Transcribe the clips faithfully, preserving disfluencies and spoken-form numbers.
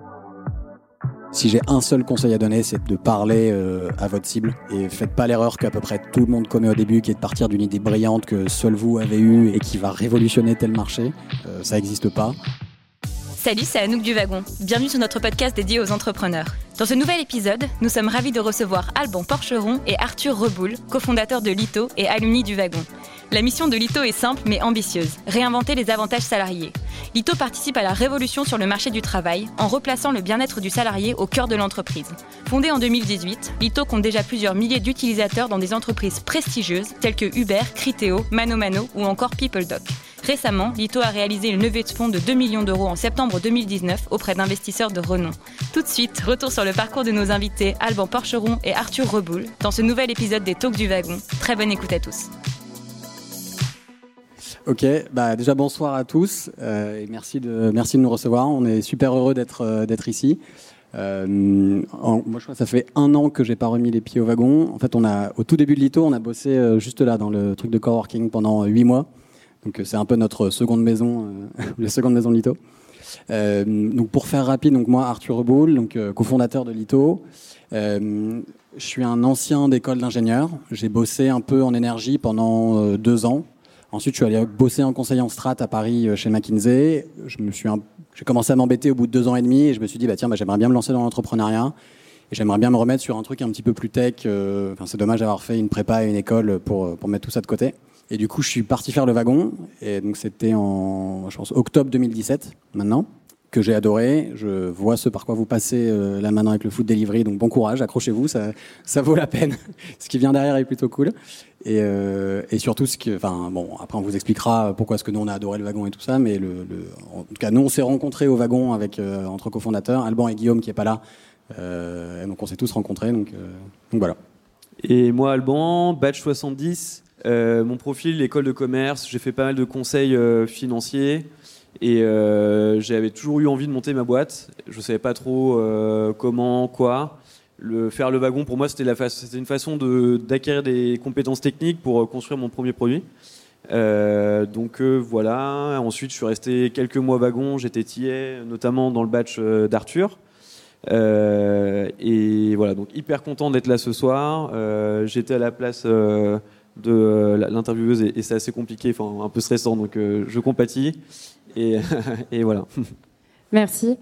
Si j'ai un seul conseil à donner, c'est de parler euh, à votre cible et faites pas l'erreur qu'à peu près tout le monde commet au début, qui est de partir d'une idée brillante que seul vous avez eue et qui va révolutionner tel marché. Euh, ça n'existe pas. Salut, c'est Anouk du Wagon. Bienvenue sur notre podcast dédié aux entrepreneurs. Dans ce nouvel épisode, nous sommes ravis de recevoir Alban Porcheron et Arthur Reboul, cofondateurs de Lito et alumni du Wagon. La mission de Lito est simple mais ambitieuse, réinventer les avantages salariés. Lito participe à la révolution sur le marché du travail en replaçant le bien-être du salarié au cœur de l'entreprise. Fondé en deux mille dix-huit, Lito compte déjà plusieurs milliers d'utilisateurs dans des entreprises prestigieuses telles que Uber, Criteo, Mano Mano ou encore PeopleDoc. Récemment, Lito a réalisé une levée de fonds de deux millions d'euros en septembre deux mille dix-neuf auprès d'investisseurs de renom. Tout de suite, retour sur le parcours de nos invités Alban Porcheron et Arthur Reboul dans ce nouvel épisode des Talks du Wagon. Très bonne écoute à tous. Ok, bah déjà bonsoir à tous euh, et merci de merci de nous recevoir. On est super heureux d'être euh, d'être ici. Euh, en, moi, je crois que ça fait un an que j'ai pas remis les pieds au wagon. En fait, on a au tout début de Lito, on a bossé euh, juste là dans le truc de coworking pendant huit mois. Donc c'est un peu notre seconde maison, euh, la seconde maison de Lito. Euh, donc pour faire rapide, donc moi Arthur Reboul, donc euh, cofondateur de Lito. Euh, je suis un ancien d'école d'ingénieur. J'ai bossé un peu en énergie pendant euh, deux ans. Ensuite, je suis allé bosser en conseil en strat à Paris chez McKinsey. Je me suis un... J'ai commencé à m'embêter au bout de deux ans et demi et je me suis dit, bah, tiens, bah, j'aimerais bien me lancer dans l'entrepreneuriat et j'aimerais bien me remettre sur un truc un petit peu plus tech. Euh... Enfin, c'est dommage d'avoir fait une prépa et une école pour, pour mettre tout ça de côté. Et du coup, je suis parti faire le wagon. Et donc, c'était en, je pense, octobre deux mille dix-sept, maintenant, que j'ai adoré. Je vois ce par quoi vous passez euh, là maintenant avec le food delivery. Donc, bon courage, accrochez-vous, ça, ça vaut la peine. Ce qui vient derrière est plutôt cool. Et, euh, et surtout, ce que, enfin, bon, après on vous expliquera pourquoi est-ce que nous on a adoré le wagon et tout ça, mais le, le, en tout cas, nous on s'est rencontrés au wagon avec euh, entre cofondateurs, Alban et Guillaume qui est pas là, euh, donc on s'est tous rencontrés, donc, euh, donc voilà. Et moi, Alban, badge soixante-dix, euh, mon profil, école de commerce, j'ai fait pas mal de conseils euh, financiers et euh, j'avais toujours eu envie de monter ma boîte. Je savais pas trop euh, comment, quoi. Le, faire le wagon, pour moi, c'était, la fa- c'était une façon de, d'acquérir des compétences techniques pour construire mon premier produit. Euh, donc euh, voilà. Ensuite, je suis resté quelques mois wagon. J'étais T A, notamment dans le batch euh, d'Arthur. Euh, et voilà, donc hyper content d'être là ce soir. Euh, j'étais à la place euh, de euh, l'intervieweuse et, et c'est assez compliqué, enfin un peu stressant, donc euh, je compatis. Et, et voilà. Merci.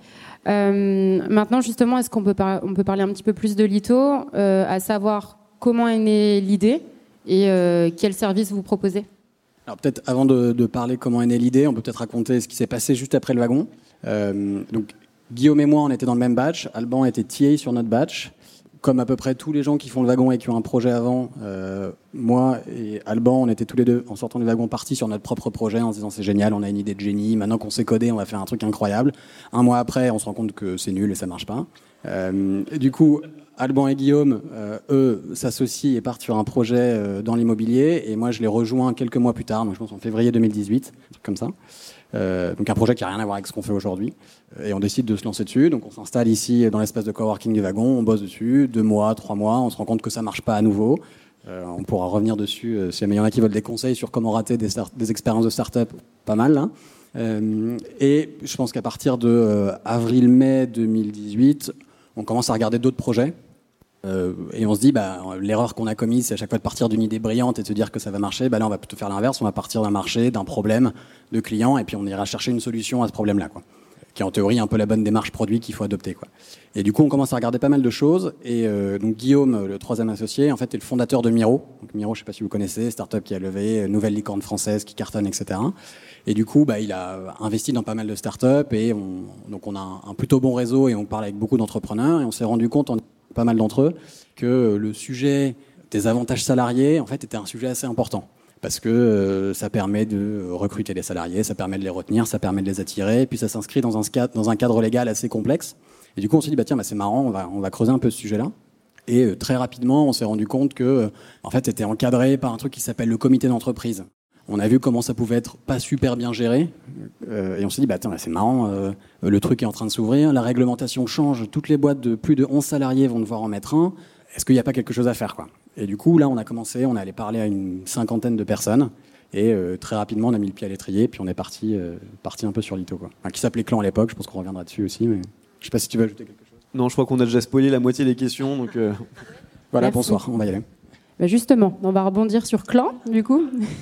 Euh, maintenant, justement, est-ce qu'on peut, par- on peut parler un petit peu plus de Lito, euh, à savoir comment est née l'idée et euh, quel service vous proposez ? Alors peut-être avant de, de parler comment est née l'idée, on peut peut-être raconter ce qui s'est passé juste après le wagon. Euh, donc Guillaume et moi, on était dans le même batch. Alban était T A sur notre batch. Comme à peu près tous les gens qui font le wagon et qui ont un projet avant, euh, moi et Alban, on était tous les deux, en sortant du wagon, partis sur notre propre projet en se disant c'est génial, on a une idée de génie, maintenant qu'on sait coder, on va faire un truc incroyable. Un mois après, on se rend compte que c'est nul et ça marche pas. Euh, et du coup, Alban et Guillaume, euh, eux, s'associent et partent sur un projet euh, dans l'immobilier. Et moi, je les rejoins quelques mois plus tard, donc je pense en février deux mille dix-huit, un truc comme ça. Euh, donc un projet qui n'a rien à voir avec ce qu'on fait aujourd'hui. Et on décide de se lancer dessus. Donc on s'installe ici dans l'espace de coworking du wagon, on bosse dessus, deux mois, trois mois, on se rend compte que ça marche pas à nouveau. Euh, on pourra revenir dessus euh, si il y en a qui veulent des conseils sur comment rater des, start- des expériences de start-up, pas mal. Hein. Euh, et je pense qu'à partir de euh, avril-mai deux mille dix-huit, on commence à regarder d'autres projets. Euh, et on se dit, bah, l'erreur qu'on a commise, c'est à chaque fois de partir d'une idée brillante et de se dire que ça va marcher. Bah là, on va plutôt faire l'inverse. On va partir d'un marché, d'un problème de client, et puis on ira chercher une solution à ce problème-là, quoi. Qui est en théorie un peu la bonne démarche produit qu'il faut adopter, quoi. Et du coup, on commence à regarder pas mal de choses. Et euh, donc Guillaume, le troisième associé, en fait, est le fondateur de Miro. Donc Miro, je sais pas si vous connaissez, start-up qui a levé, nouvelle licorne française qui cartonne, et cetera. Et du coup, bah, il a investi dans pas mal de start-up et on, donc on a un, un plutôt bon réseau et on parle avec beaucoup d'entrepreneurs et on s'est rendu compte, en pas mal d'entre eux, que le sujet des avantages salariés, en fait, était un sujet assez important. Parce que euh, ça permet de recruter des salariés, ça permet de les retenir, ça permet de les attirer, et puis ça s'inscrit dans un, dans un cadre légal assez complexe. Et du coup, on s'est dit, bah, tiens, bah, c'est marrant, on va, on va creuser un peu ce sujet-là. Et euh, très rapidement, on s'est rendu compte que, euh, en fait, c'était encadré par un truc qui s'appelle le comité d'entreprise. On a vu comment ça pouvait être pas super bien géré, euh, et on s'est dit, bah, attends, bah, c'est marrant, euh, le truc est en train de s'ouvrir, la réglementation change, toutes les boîtes de plus de onze salariés vont devoir en mettre un. Est-ce qu'il n'y a pas quelque chose à faire, quoi ? Et du coup, là, on a commencé, on est allé parler à une cinquantaine de personnes, et euh, très rapidement, on a mis le pied à l'étrier, puis on est parti, euh, parti un peu sur Lito, quoi. Enfin, qui s'appelait Clan à l'époque, je pense qu'on reviendra dessus aussi, mais... Je sais pas si tu veux ajouter quelque chose. Non, je crois qu'on a déjà spoilé la moitié des questions, donc. Euh... Voilà, Merci. Bonsoir, on va y aller. Bah justement, on va rebondir sur Clan, du coup.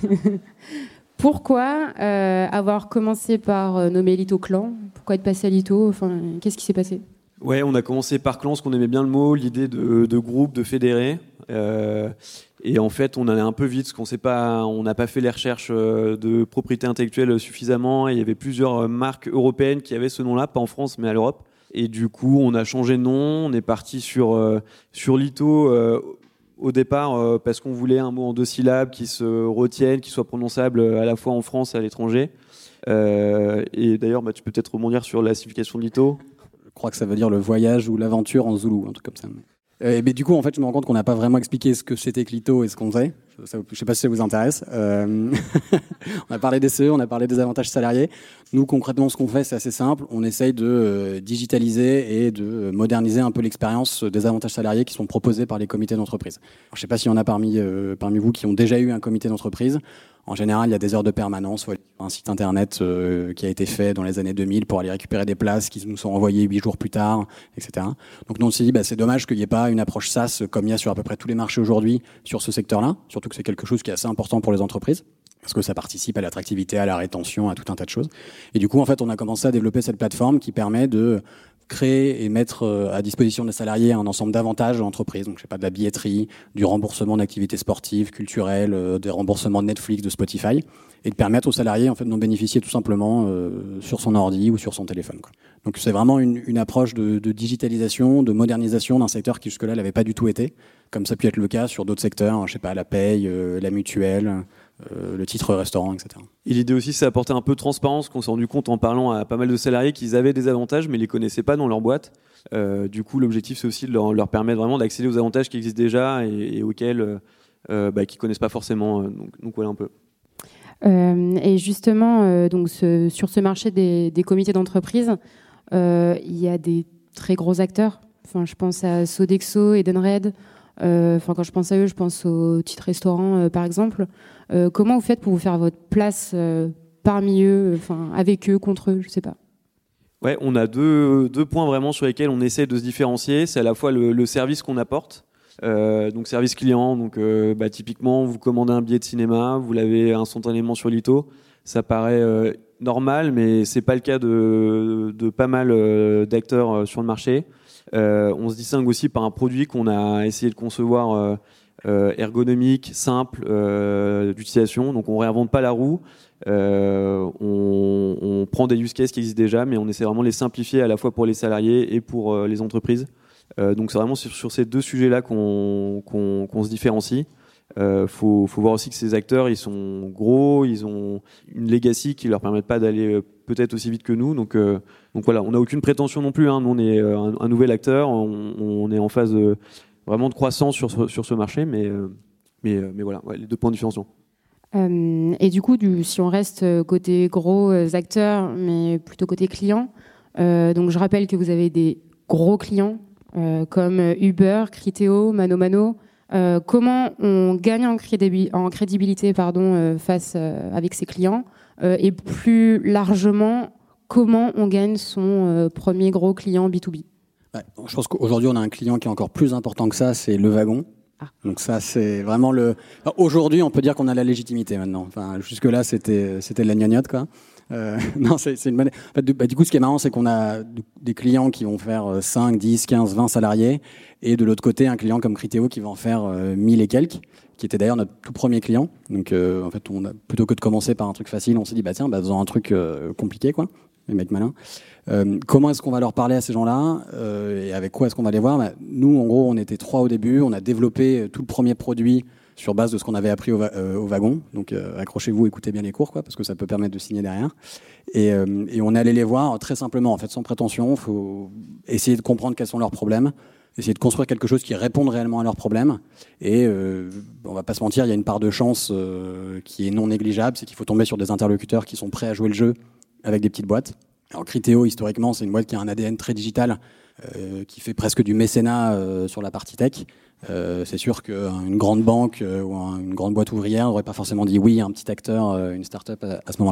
Pourquoi euh, avoir commencé par euh, nommer Lito Clan ? Pourquoi être passé à Lito ? Enfin, qu'est-ce qui s'est passé ? Ouais, on a commencé par Clan, parce qu'on aimait bien le mot, l'idée de, de groupe, de fédérer. Euh, et en fait, on allait un peu vite, parce qu'on sait pas, on n'a pas fait les recherches de propriété intellectuelle suffisamment. Et il y avait plusieurs marques européennes qui avaient ce nom-là, pas en France, mais à l'Europe. Et du coup, on a changé de nom. On est parti sur euh, sur Lito euh, au départ euh, parce qu'on voulait un mot en deux syllabes qui se retienne, qui soit prononçable à la fois en France et à l'étranger. Euh, et d'ailleurs, bah, tu peux peut-être rebondir sur la signification de Lito. Je crois que ça veut dire le voyage ou l'aventure en zoulou, un truc comme ça. Euh, mais du coup, en fait, je me rends compte qu'on n'a pas vraiment expliqué ce que c'était que Lito et ce qu'on faisait. Ça, je sais pas si ça vous intéresse. Euh... on a parlé des C E, on a parlé des avantages salariés. Nous, concrètement, ce qu'on fait, c'est assez simple. On essaye de euh, digitaliser et de moderniser un peu l'expérience des avantages salariés qui sont proposés par les comités d'entreprise. Alors, je sais pas s'il y en a parmi, euh, parmi vous qui ont déjà eu un comité d'entreprise. En général, il y a des heures de permanence, un site internet euh, qui a été fait dans les années deux mille pour aller récupérer des places qui nous sont envoyées huit jours plus tard, et cetera. Donc nous on s'est dit, bah, c'est dommage qu'il n'y ait pas une approche SaaS comme il y a sur à peu près tous les marchés aujourd'hui sur ce secteur-là, surtout que c'est quelque chose qui est assez important pour les entreprises, parce que ça participe à l'attractivité, à la rétention, à tout un tas de choses. Et du coup, en fait, on a commencé à développer cette plateforme qui permet de créer et mettre à disposition des salariés un ensemble d'avantages de l'entreprise. Donc, je sais pas, de la billetterie, du remboursement d'activités sportives, culturelles, euh, des remboursements de Netflix, de Spotify, et de permettre aux salariés, en fait, d'en bénéficier tout simplement euh, sur son ordi ou sur son téléphone, quoi. Donc, c'est vraiment une, une approche de, de digitalisation, de modernisation d'un secteur qui jusque-là l'avait pas du tout été, comme ça a pu être le cas sur d'autres secteurs, je sais pas, la paye, euh, la mutuelle, Euh, le titre restaurant, et cetera. Et l'idée aussi, c'est d'apporter un peu de transparence, qu'on s'est rendu compte en parlant à pas mal de salariés qu'ils avaient des avantages, mais ils les connaissaient pas dans leur boîte. Euh, du coup, l'objectif, c'est aussi de leur, leur permettre vraiment d'accéder aux avantages qui existent déjà et, et auxquels euh, bah, qu'ils connaissent pas forcément. Donc, donc voilà un peu. Euh, et justement, euh, donc ce, sur ce marché des, des comités d'entreprise, euh, il y a des très gros acteurs. Enfin, je pense à Sodexo, Edenred. Euh, enfin, quand je pense à eux, je pense au titre restaurant, euh, par exemple. Euh, comment vous faites pour vous faire votre place euh, parmi eux, enfin avec eux, contre eux, je sais pas. Ouais, on a deux, deux points vraiment sur lesquels on essaie de se différencier. C'est à la fois le, le service qu'on apporte, euh, donc service client. Donc, euh, bah, typiquement, vous commandez un billet de cinéma, vous l'avez instantanément sur Lito. Ça paraît euh, normal, mais c'est pas le cas de, de pas mal euh, d'acteurs euh, sur le marché. Euh, on se distingue aussi par un produit qu'on a essayé de concevoir euh, euh, ergonomique, simple euh, d'utilisation. Donc on réinvente pas la roue. Euh, on, on prend des use cases qui existent déjà, mais on essaie vraiment de les simplifier à la fois pour les salariés et pour euh, les entreprises. Euh, donc c'est vraiment sur, sur ces deux sujets-là qu'on, qu'on, qu'on se différencie. Euh, faut, faut voir aussi que ces acteurs, ils sont gros, ils ont une legacy qui leur permettent pas d'aller peut-être aussi vite que nous. Donc, euh, donc voilà, on n'a aucune prétention non plus. Hein. Nous, on est un, un nouvel acteur, on, on est en phase de, vraiment de croissance sur ce, sur ce marché, mais, mais, mais voilà, ouais, les deux points de différenciation. Euh, et du coup, du, si on reste côté gros acteurs, mais plutôt côté client, euh, donc je rappelle que vous avez des gros clients euh, comme Uber, Criteo, Mano Mano. Euh, comment on gagne en, crédibi- en crédibilité pardon, euh, face euh, avec ses clients euh, et plus largement, comment on gagne son euh, premier gros client B deux B. Ouais, je pense qu'aujourd'hui, on a un client qui est encore plus important que ça, c'est Le Wagon. Ah. Donc ça, c'est vraiment le... Enfin, aujourd'hui, on peut dire qu'on a la légitimité maintenant. Enfin, jusque-là, c'était, c'était de la gnognotte, quoi. Euh, non, c'est, c'est une bonne... En fait, bah, du coup, ce qui est marrant, c'est qu'on a des clients qui vont faire cinq, dix, quinze, vingt salariés, et de l'autre côté, un client comme Criteo qui va en faire euh, mille et quelques, qui était d'ailleurs notre tout premier client. Donc, euh, en fait, on a, plutôt que de commencer par un truc facile, on s'est dit, bah tiens, bah, faisons un truc euh, compliqué, quoi. Les mecs malins. Euh, comment est-ce qu'on va leur parler à ces gens-là euh, et avec quoi est-ce qu'on va les voir? Bah, nous, en gros, on était trois au début. On a développé tout le premier produit sur base de ce qu'on avait appris au, va- euh, au wagon. Donc, euh, accrochez-vous, écoutez bien les cours, quoi, parce que ça peut permettre de signer derrière. Et, euh, et on allait les voir très simplement, en fait, sans prétention. Il faut essayer de comprendre quels sont leurs problèmes, essayer de construire quelque chose qui réponde réellement à leurs problèmes. Et euh, on va pas se mentir, il y a une part de chance euh, qui est non négligeable, c'est qu'il faut tomber sur des interlocuteurs qui sont prêts à jouer le jeu avec des petites boîtes. Alors Criteo, historiquement, c'est une boîte qui a un A D N très digital, euh, qui fait presque du mécénat euh, sur la partie tech. Euh, c'est sûr qu'une grande banque euh, ou un, une grande boîte ouvrière n'aurait pas forcément dit oui à un petit acteur, euh, une start-up à, à ce moment-là.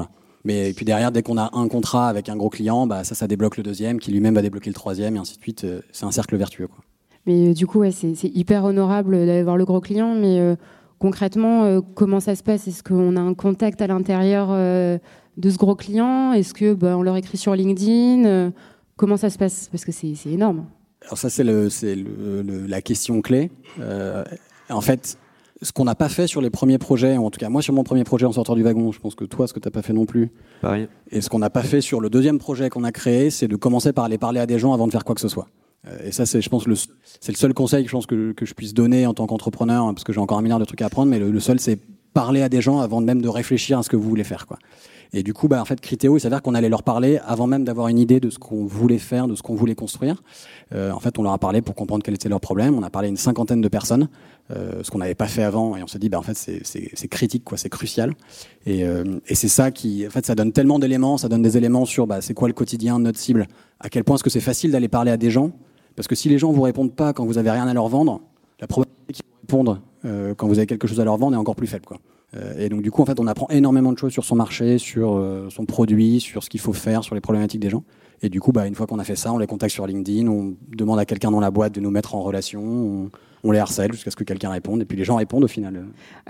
Mais et puis derrière, dès qu'on a un contrat avec un gros client, bah, ça, ça débloque le deuxième, qui lui-même va débloquer le troisième, et ainsi de suite. C'est un cercle vertueux, quoi. Mais euh, du coup, ouais, c'est, c'est hyper honorable d'aller voir le gros client, mais euh, concrètement, euh, comment ça se passe ? Est-ce qu'on a un contact à l'intérieur euh, de ce gros client ? Est-ce que bah, on leur écrit sur LinkedIn ? euh, Comment ça se passe ? Parce que c'est, c'est énorme. Alors ça, c'est, le, c'est le, le, la question clé. Euh, en fait, ce qu'on n'a pas fait sur les premiers projets, ou en tout cas moi sur mon premier projet en sortant du wagon, je pense que toi, ce que tu n'as pas fait non plus, pareil. Et ce qu'on n'a pas fait sur le deuxième projet qu'on a créé, c'est de commencer par aller parler à des gens avant de faire quoi que ce soit. Et ça, c'est, je pense, le, c'est le seul conseil que je pense que, que je puisse donner en tant qu'entrepreneur, parce que j'ai encore un milliard de trucs à apprendre, mais le, le seul, c'est parler à des gens avant même de réfléchir à ce que vous voulez faire, quoi. Et du coup, bah, en fait, Criteo, il s'avère qu'on allait leur parler avant même d'avoir une idée de ce qu'on voulait faire, de ce qu'on voulait construire. Euh, en fait, on leur a parlé pour comprendre quel était leur problème. On a parlé à une cinquantaine de personnes, euh, ce qu'on n'avait pas fait avant. Et on s'est dit, bah, en fait, c'est, c'est, c'est critique, quoi, c'est crucial. Et, euh, et c'est ça qui, en fait, ça donne tellement d'éléments, ça donne des éléments sur, bah, c'est quoi le quotidien de notre cible, à quel point est-ce que c'est facile d'aller parler à des gens. Parce que si les gens vous répondent pas quand vous avez rien à leur vendre, la probabilité qu'ils vous répondent euh, quand vous avez quelque chose à leur vendre est encore plus faible, quoi. Et donc du coup, en fait, on apprend énormément de choses sur son marché, sur euh, son produit, sur ce qu'il faut faire, sur les problématiques des gens. Et du coup, bah, une fois qu'on a fait ça, on les contacte sur LinkedIn, on demande à quelqu'un dans la boîte de nous mettre en relation, on, on les harcèle jusqu'à ce que quelqu'un réponde, et puis les gens répondent au final.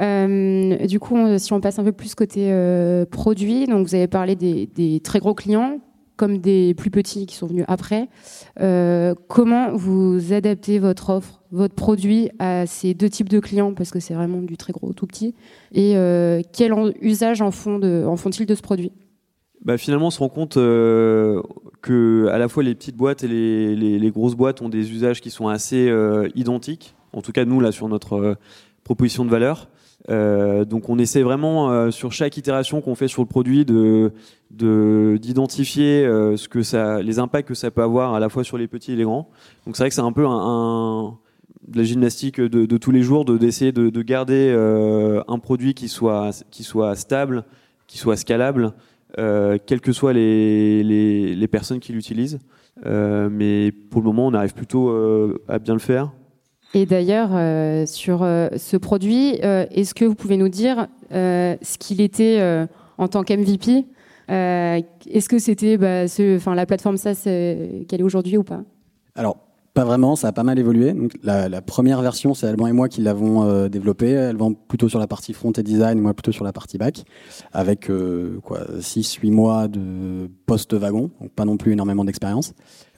Euh, du coup, on, si on passe un peu plus côté euh, produit, donc vous avez parlé des, des très gros clients, comme des plus petits qui sont venus après. Euh, comment vous adaptez votre offre, votre produit à ces deux types de clients, parce que c'est vraiment du très gros au tout petit, et euh, quel en, usage en, font de, en font-ils de ce produit ? Bah, finalement, on se rend compte euh, que à la fois les petites boîtes et les, les, les grosses boîtes ont des usages qui sont assez euh, identiques. En tout cas, nous, là, sur notre euh, proposition de valeur. Euh, donc on essaie vraiment euh, sur chaque itération qu'on fait sur le produit de, de d'identifier euh, ce que ça, les impacts que ça peut avoir à la fois sur les petits et les grands. Donc c'est vrai que c'est un peu un, un de la gymnastique de, de tous les jours, de d'essayer de, de garder euh, un produit qui soit qui soit stable, qui soit scalable, euh, quelles que soient les les, les personnes qui l'utilisent. Euh, mais pour le moment, on arrive plutôt euh, à bien le faire. Et d'ailleurs, euh, sur euh, ce produit, euh, est-ce que vous pouvez nous dire euh, ce qu'il était euh, en tant qu'M V P ? euh, Est-ce que c'était bah, ce, enfin, la plateforme SaaS euh, qu'elle est aujourd'hui ou pas ? Alors, pas vraiment, ça a pas mal évolué. Donc, la, la première version, c'est Alban et moi qui l'avons euh, développée. Alban plutôt sur la partie front et design, moi plutôt sur la partie back, avec euh, quoi, six huit mois de post-wagon, donc pas non plus énormément d'expérience.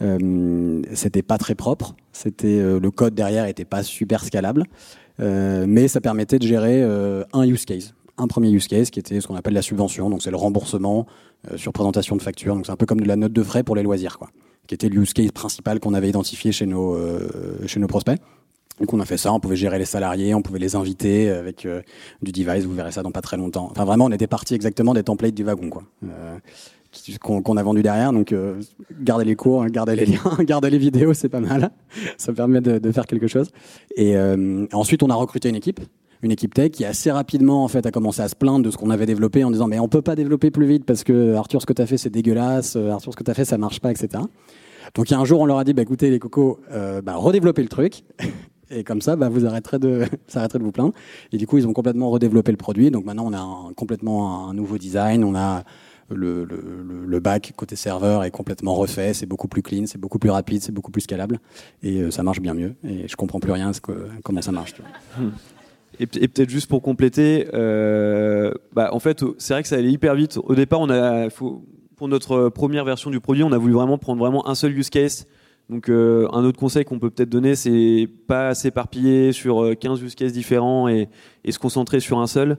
Euh, c'était pas très propre, c'était euh, le code derrière était pas super scalable, euh, mais ça permettait de gérer euh, un use case. Un premier use case qui était ce qu'on appelle la subvention, donc c'est le remboursement euh, sur présentation de facture, donc c'est un peu comme de la note de frais pour les loisirs, quoi, qui était le use case principal qu'on avait identifié chez nos, euh, chez nos prospects. Donc on a fait ça, on pouvait gérer les salariés, on pouvait les inviter avec euh, du device, vous verrez ça dans pas très longtemps. Enfin vraiment, on était parti exactement des templates du wagon, quoi, euh, qui, qu'on, qu'on a vendu derrière. Donc euh, gardez les cours, gardez les liens, gardez les vidéos, c'est pas mal. Ça permet de, de faire quelque chose. Et euh, ensuite, on a recruté une équipe. Une équipe tech qui assez rapidement en fait a commencé à se plaindre de ce qu'on avait développé en disant mais on peut pas développer plus vite parce que Arthur ce que tu as fait c'est dégueulasse, Arthur ce que tu as fait ça marche pas, et cetera. Donc il y a un jour on leur a dit bah écoutez les cocos, euh, bah, redéveloppez le truc et comme ça bah, vous arrêterez de ça arrêterez de vous plaindre. Et du coup ils ont complètement redéveloppé le produit, donc maintenant on a un, complètement un nouveau design, on a le, le, le back côté serveur est complètement refait, c'est beaucoup plus clean, c'est beaucoup plus rapide, c'est beaucoup plus scalable et euh, ça marche bien mieux et je comprends plus rien ce que, comment ça marche, tu vois. Hmm. Et, et peut-être juste pour compléter, euh, bah, en fait, c'est vrai que ça allait hyper vite. Au départ, on a, faut, pour notre première version du produit, on a voulu vraiment prendre vraiment un seul use case. Donc, euh, un autre conseil qu'on peut peut-être donner, c'est pas s'éparpiller sur quinze use cases différents et, et se concentrer sur un seul.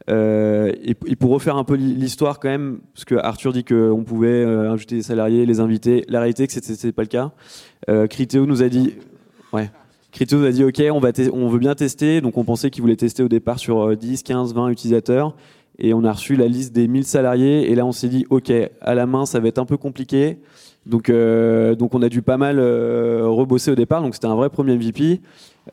Euh, et, et pour refaire un peu l'histoire quand même, parce que Arthur dit qu'on pouvait euh, ajouter des salariés, les inviter. La réalité, c'est que c'était pas le cas. Euh, Criteo nous a dit, ouais. Criteo nous a dit ok, on, va te- on veut bien tester, donc on pensait qu'ils voulaient tester au départ sur dix, quinze, vingt utilisateurs et on a reçu la liste des mille salariés et là on s'est dit ok, à la main ça va être un peu compliqué, donc, euh, donc on a dû pas mal euh, rebosser au départ, donc c'était un vrai premier M V P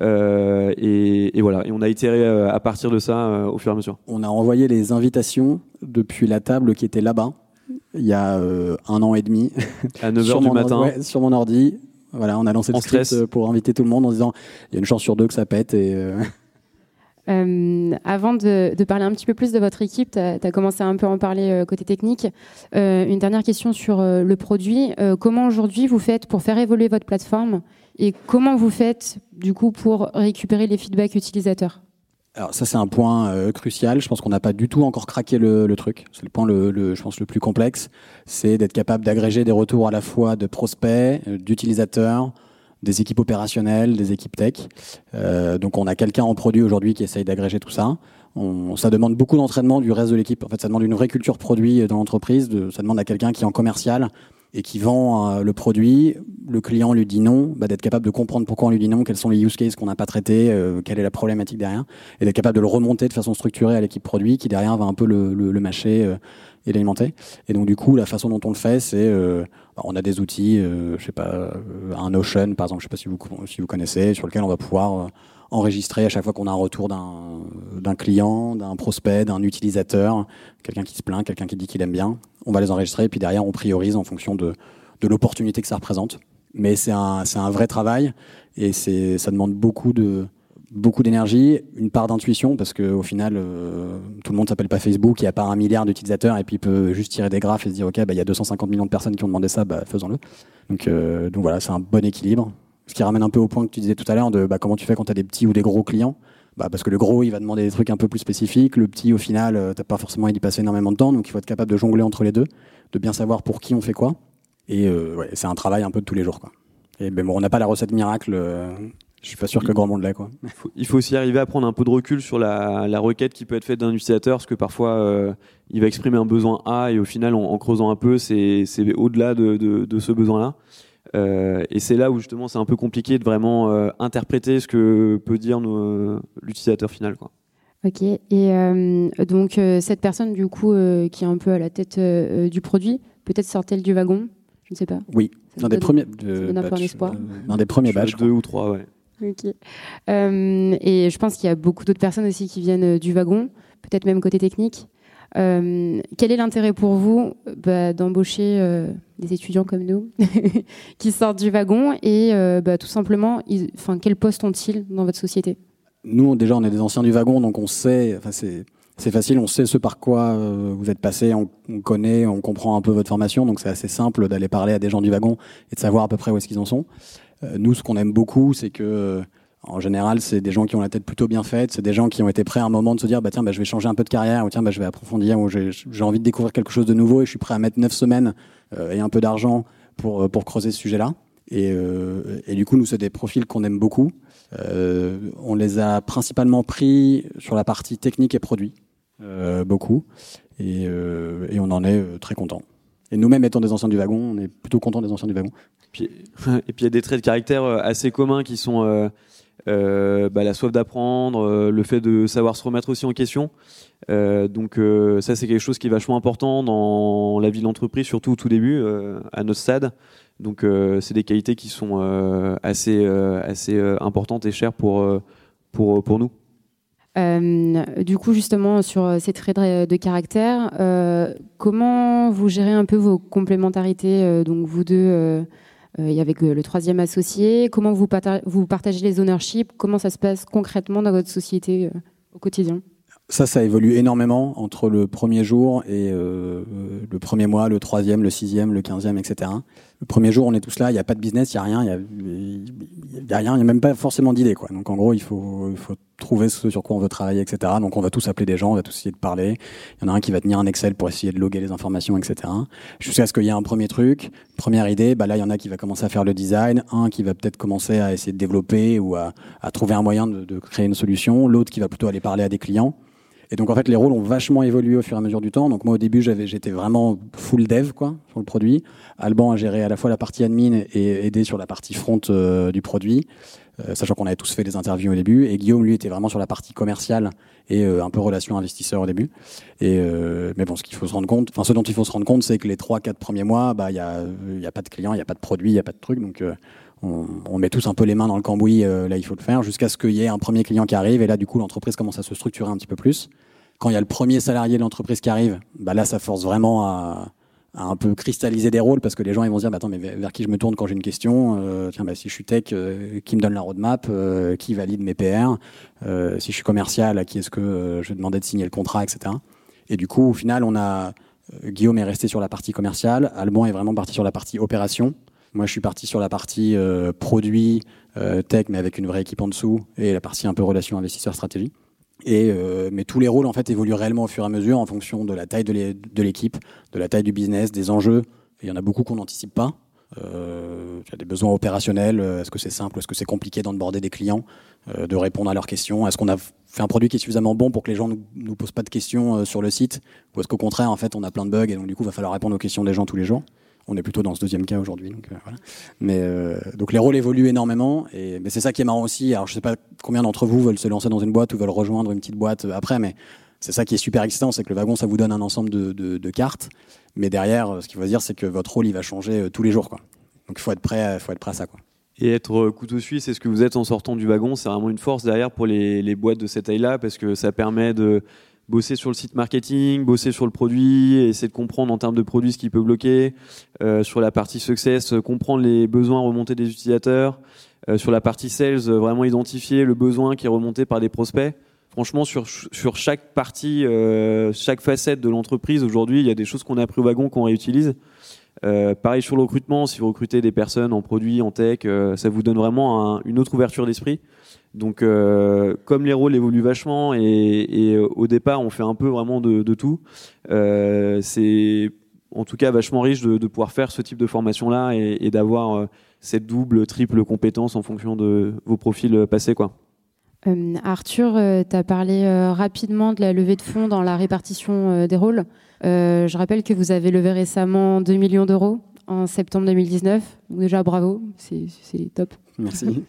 euh, et, et voilà, et on a itéré euh, à partir de ça euh, au fur et à mesure. On a envoyé les invitations depuis la table qui était là-bas il y a euh, un an et demi À neuf heures sur du mon matin. ordi, ouais, sur mon ordi. Voilà, on a lancé le En script stress. pour inviter tout le monde en disant il y a une chance sur deux que ça pète et euh... Euh, avant de, de parler un petit peu plus de votre équipe, tu as commencé à un peu en parler euh, côté technique. Euh, une dernière question sur euh, le produit. Euh, comment aujourd'hui vous faites pour faire évoluer votre plateforme et comment vous faites du coup pour récupérer les feedbacks utilisateurs ? Alors ça c'est un point euh, crucial. Je pense qu'on n'a pas du tout encore craqué le, le truc. C'est le point le, le, je pense le plus complexe, c'est d'être capable d'agréger des retours à la fois de prospects, euh, d'utilisateurs, des équipes opérationnelles, des équipes tech. Euh, donc on a quelqu'un en produit aujourd'hui qui essaye d'agréger tout ça. On, ça demande beaucoup d'entraînement du reste de l'équipe. En fait, ça demande une vraie culture produit dans l'entreprise. De, ça demande à quelqu'un qui est en commercial et qui vend euh, le produit. Le client lui dit non, bah, d'être capable de comprendre pourquoi on lui dit non, quels sont les use cases qu'on n'a pas traités, euh, quelle est la problématique derrière, et d'être capable de le remonter de façon structurée à l'équipe produit qui derrière va un peu le, le, le mâcher euh, et l'alimenter. Et donc du coup, la façon dont on le fait, c'est euh, bah, on a des outils, euh, je sais pas, euh, un Notion par exemple, je sais pas si vous si vous connaissez, sur lequel on va pouvoir euh, enregistrer à chaque fois qu'on a un retour d'un d'un client, d'un prospect, d'un utilisateur, quelqu'un qui se plaint, quelqu'un qui dit qu'il aime bien. On va les enregistrer et puis derrière on priorise en fonction de de l'opportunité que ça représente. Mais c'est un c'est un vrai travail et c'est ça demande beaucoup de beaucoup d'énergie, une part d'intuition parce que au final euh, tout le monde s'appelle pas Facebook, il y a pas un milliard d'utilisateurs et puis il peut juste tirer des graphes et se dire ok bah il y a deux cent cinquante millions de personnes qui ont demandé ça, bah faisons-le. Donc euh, donc voilà, c'est un bon équilibre. Ce qui ramène un peu au point que tu disais tout à l'heure de bah, comment tu fais quand tu as des petits ou des gros clients. Bah, parce que le gros, il va demander des trucs un peu plus spécifiques. Le petit, au final, euh, tu n'as pas forcément envie d'y passer énormément de temps. Donc, il faut être capable de jongler entre les deux, de bien savoir pour qui on fait quoi. Et euh, ouais, c'est un travail un peu de tous les jours, quoi. Et ben, bon, on n'a pas la recette miracle. Euh, je suis pas sûr que grand monde l'ait, quoi. Il faut, il faut aussi arriver à prendre un peu de recul sur la, la requête qui peut être faite d'un utilisateur, parce que parfois, euh, il va exprimer un besoin A et au final, en, en creusant un peu, c'est, c'est au-delà de, de, de ce besoin-là. Euh, et c'est là où justement c'est un peu compliqué de vraiment euh, interpréter ce que peut dire nos, l'utilisateur final, quoi. Ok, et euh, donc euh, cette personne du coup euh, qui est un peu à la tête euh, du produit, peut-être sort-elle du wagon, je ne sais pas. Oui, un des premiers de un peu un espoir. Euh, un des premiers badges. Deux ou trois, ouais. Ok. Euh, et je pense qu'il y a beaucoup d'autres personnes aussi qui viennent du wagon, peut-être même côté technique. Euh, quel est l'intérêt pour vous bah, d'embaucher euh, des étudiants comme nous qui sortent du wagon et euh, bah, tout simplement, ils, quel poste ont-ils dans votre société ? Nous, déjà, on est des anciens du wagon, donc on sait, enfin, c'est, c'est facile, on sait ce par quoi euh, vous êtes passé, on, on connaît, on comprend un peu votre formation, donc c'est assez simple d'aller parler à des gens du wagon et de savoir à peu près où est-ce qu'ils en sont. Euh, nous, ce qu'on aime beaucoup, c'est que euh, en général, c'est des gens qui ont la tête plutôt bien faite, c'est des gens qui ont été prêts à un moment de se dire bah tiens bah je vais changer un peu de carrière ou tiens bah je vais approfondir ou j'ai, j'ai envie de découvrir quelque chose de nouveau et je suis prêt à mettre neuf semaines euh, et un peu d'argent pour pour creuser ce sujet-là. Et, euh, et du coup, nous c'est des profils qu'on aime beaucoup. Euh, on les a principalement pris sur la partie technique et produit, euh, beaucoup, et, euh, et on en est très content. Et nous-mêmes étant des anciens du wagon, on est plutôt contents des anciens du wagon. Puis, et puis il y a des traits de caractère assez communs qui sont euh, euh, bah, la soif d'apprendre, euh, le fait de savoir se remettre aussi en question. Euh, donc euh, ça c'est quelque chose qui est vachement important dans la vie de l'entreprise, surtout au tout début, euh, à notre stade. Donc euh, c'est des qualités qui sont euh, assez, euh, assez euh, importantes et chères pour, euh, pour, pour nous. Euh, du coup, justement, sur ces traits de, de caractère, euh, comment vous gérez un peu vos complémentarités, euh, donc vous deux euh, et avec le troisième associé, comment vous, parta- vous partagez les ownerships, comment ça se passe concrètement dans votre société euh, au quotidien ? Ça, ça évolue énormément entre le premier jour et euh, le premier mois, le troisième, le sixième, le quinzième, et cetera. Le premier jour, on est tous là, il n'y a pas de business, il n'y a rien, il n'y a, y a rien, il n'y a même pas forcément d'idée, quoi. Donc en gros, il faut, il faut trouver ce sur quoi on veut travailler, et cetera. Donc on va tous appeler des gens, on va tous essayer de parler. Il y en a un qui va tenir un Excel pour essayer de loguer les informations, et cetera. Jusqu'à ce qu'il y ait un premier truc, première idée, bah là il y en a qui va commencer à faire le design, un qui va peut-être commencer à essayer de développer ou à, à trouver un moyen de, de créer une solution, l'autre qui va plutôt aller parler à des clients. Et donc en fait les rôles ont vachement évolué au fur et à mesure du temps. Donc moi au début j'avais j'étais vraiment full dev quoi sur le produit. Alban a géré à la fois la partie admin et aidé sur la partie front euh, du produit, euh, sachant qu'on avait tous fait des interviews au début. Et Guillaume lui était vraiment sur la partie commerciale et euh, un peu relation investisseur au début. Et euh, mais bon ce qu'il faut se rendre compte, enfin ce dont il faut se rendre compte c'est que les trois quatre premiers mois bah il y a il y a pas de clients, il y a pas de produit, il y a pas de truc donc euh, On, on met tous un peu les mains dans le cambouis, euh, là il faut le faire, jusqu'à ce qu'il y ait un premier client qui arrive, et là du coup l'entreprise commence à se structurer un petit peu plus. Quand il y a le premier salarié de l'entreprise qui arrive, bah là ça force vraiment à, à un peu cristalliser des rôles parce que les gens ils vont se dire bah, attends mais vers qui je me tourne quand j'ai une question euh, tiens bah, si je suis tech euh, qui me donne la roadmap euh, qui valide mes P R euh, si je suis commercial à qui est-ce que euh, je vais demander de signer le contrat etc et du coup au final on a euh, Guillaume est resté sur la partie commerciale, Alban est vraiment parti sur la partie opération, moi je suis parti sur la partie euh, produit euh, tech mais avec une vraie équipe en dessous et la partie un peu relation investisseur stratégie. Et euh, mais tous les rôles en fait évoluent réellement au fur et à mesure en fonction de la taille de, l'é- de l'équipe, de la taille du business, des enjeux. Et il y en a beaucoup qu'on n'anticipe pas. Euh, il y a des besoins opérationnels. Est-ce que c'est simple? Est-ce que c'est compliqué d'onboarder des clients, euh, de répondre à leurs questions? Est-ce qu'on a fait un produit qui est suffisamment bon pour que les gens nous, nous posent pas de questions euh, sur le site? Ou est-ce qu'au contraire en fait on a plein de bugs et donc du coup il va falloir répondre aux questions des gens tous les jours? On est plutôt dans ce deuxième cas aujourd'hui. Donc, euh, voilà. Mais euh, donc les rôles évoluent énormément. Et, mais c'est ça qui est marrant aussi. Alors je sais pas combien d'entre vous veulent se lancer dans une boîte ou veulent rejoindre une petite boîte après, mais c'est ça qui est super excitant, c'est que le wagon, ça vous donne un ensemble de, de, de cartes. Mais derrière, ce qu'il faut se dire, c'est que votre rôle, il va changer euh, tous les jours, quoi. Donc il faut être prêt, faut être prêt à ça, quoi. Et être couteau suisse, c'est ce que vous êtes en sortant du wagon, c'est vraiment une force derrière pour les, les boîtes de cette taille-là, parce que ça permet de bosser sur le site marketing, bosser sur le produit, essayer de comprendre en termes de produit ce qui peut bloquer, euh, sur la partie success, comprendre les besoins remontés des utilisateurs, euh, sur la partie sales, vraiment identifier le besoin qui est remonté par des prospects. Franchement, sur, sur chaque partie, euh, chaque facette de l'entreprise, aujourd'hui, il y a des choses qu'on a appris au wagon qu'on réutilise. Euh, pareil sur le recrutement, si vous recrutez des personnes en produit, en tech, euh, ça vous donne vraiment un, une autre ouverture d'esprit. Donc, euh, comme les rôles évoluent vachement et, et euh, au départ, on fait un peu vraiment de, de tout, euh, c'est en tout cas vachement riche de, de pouvoir faire ce type de formation-là et, et d'avoir euh, cette double, triple compétence en fonction de vos profils passés, quoi. Euh, Arthur, euh, tu as parlé euh, rapidement de la levée de fonds dans la répartition euh, des rôles. Euh, je rappelle que vous avez levé récemment deux millions d'euros en septembre deux mille dix-neuf. Donc déjà, bravo, c'est, c'est top. Merci.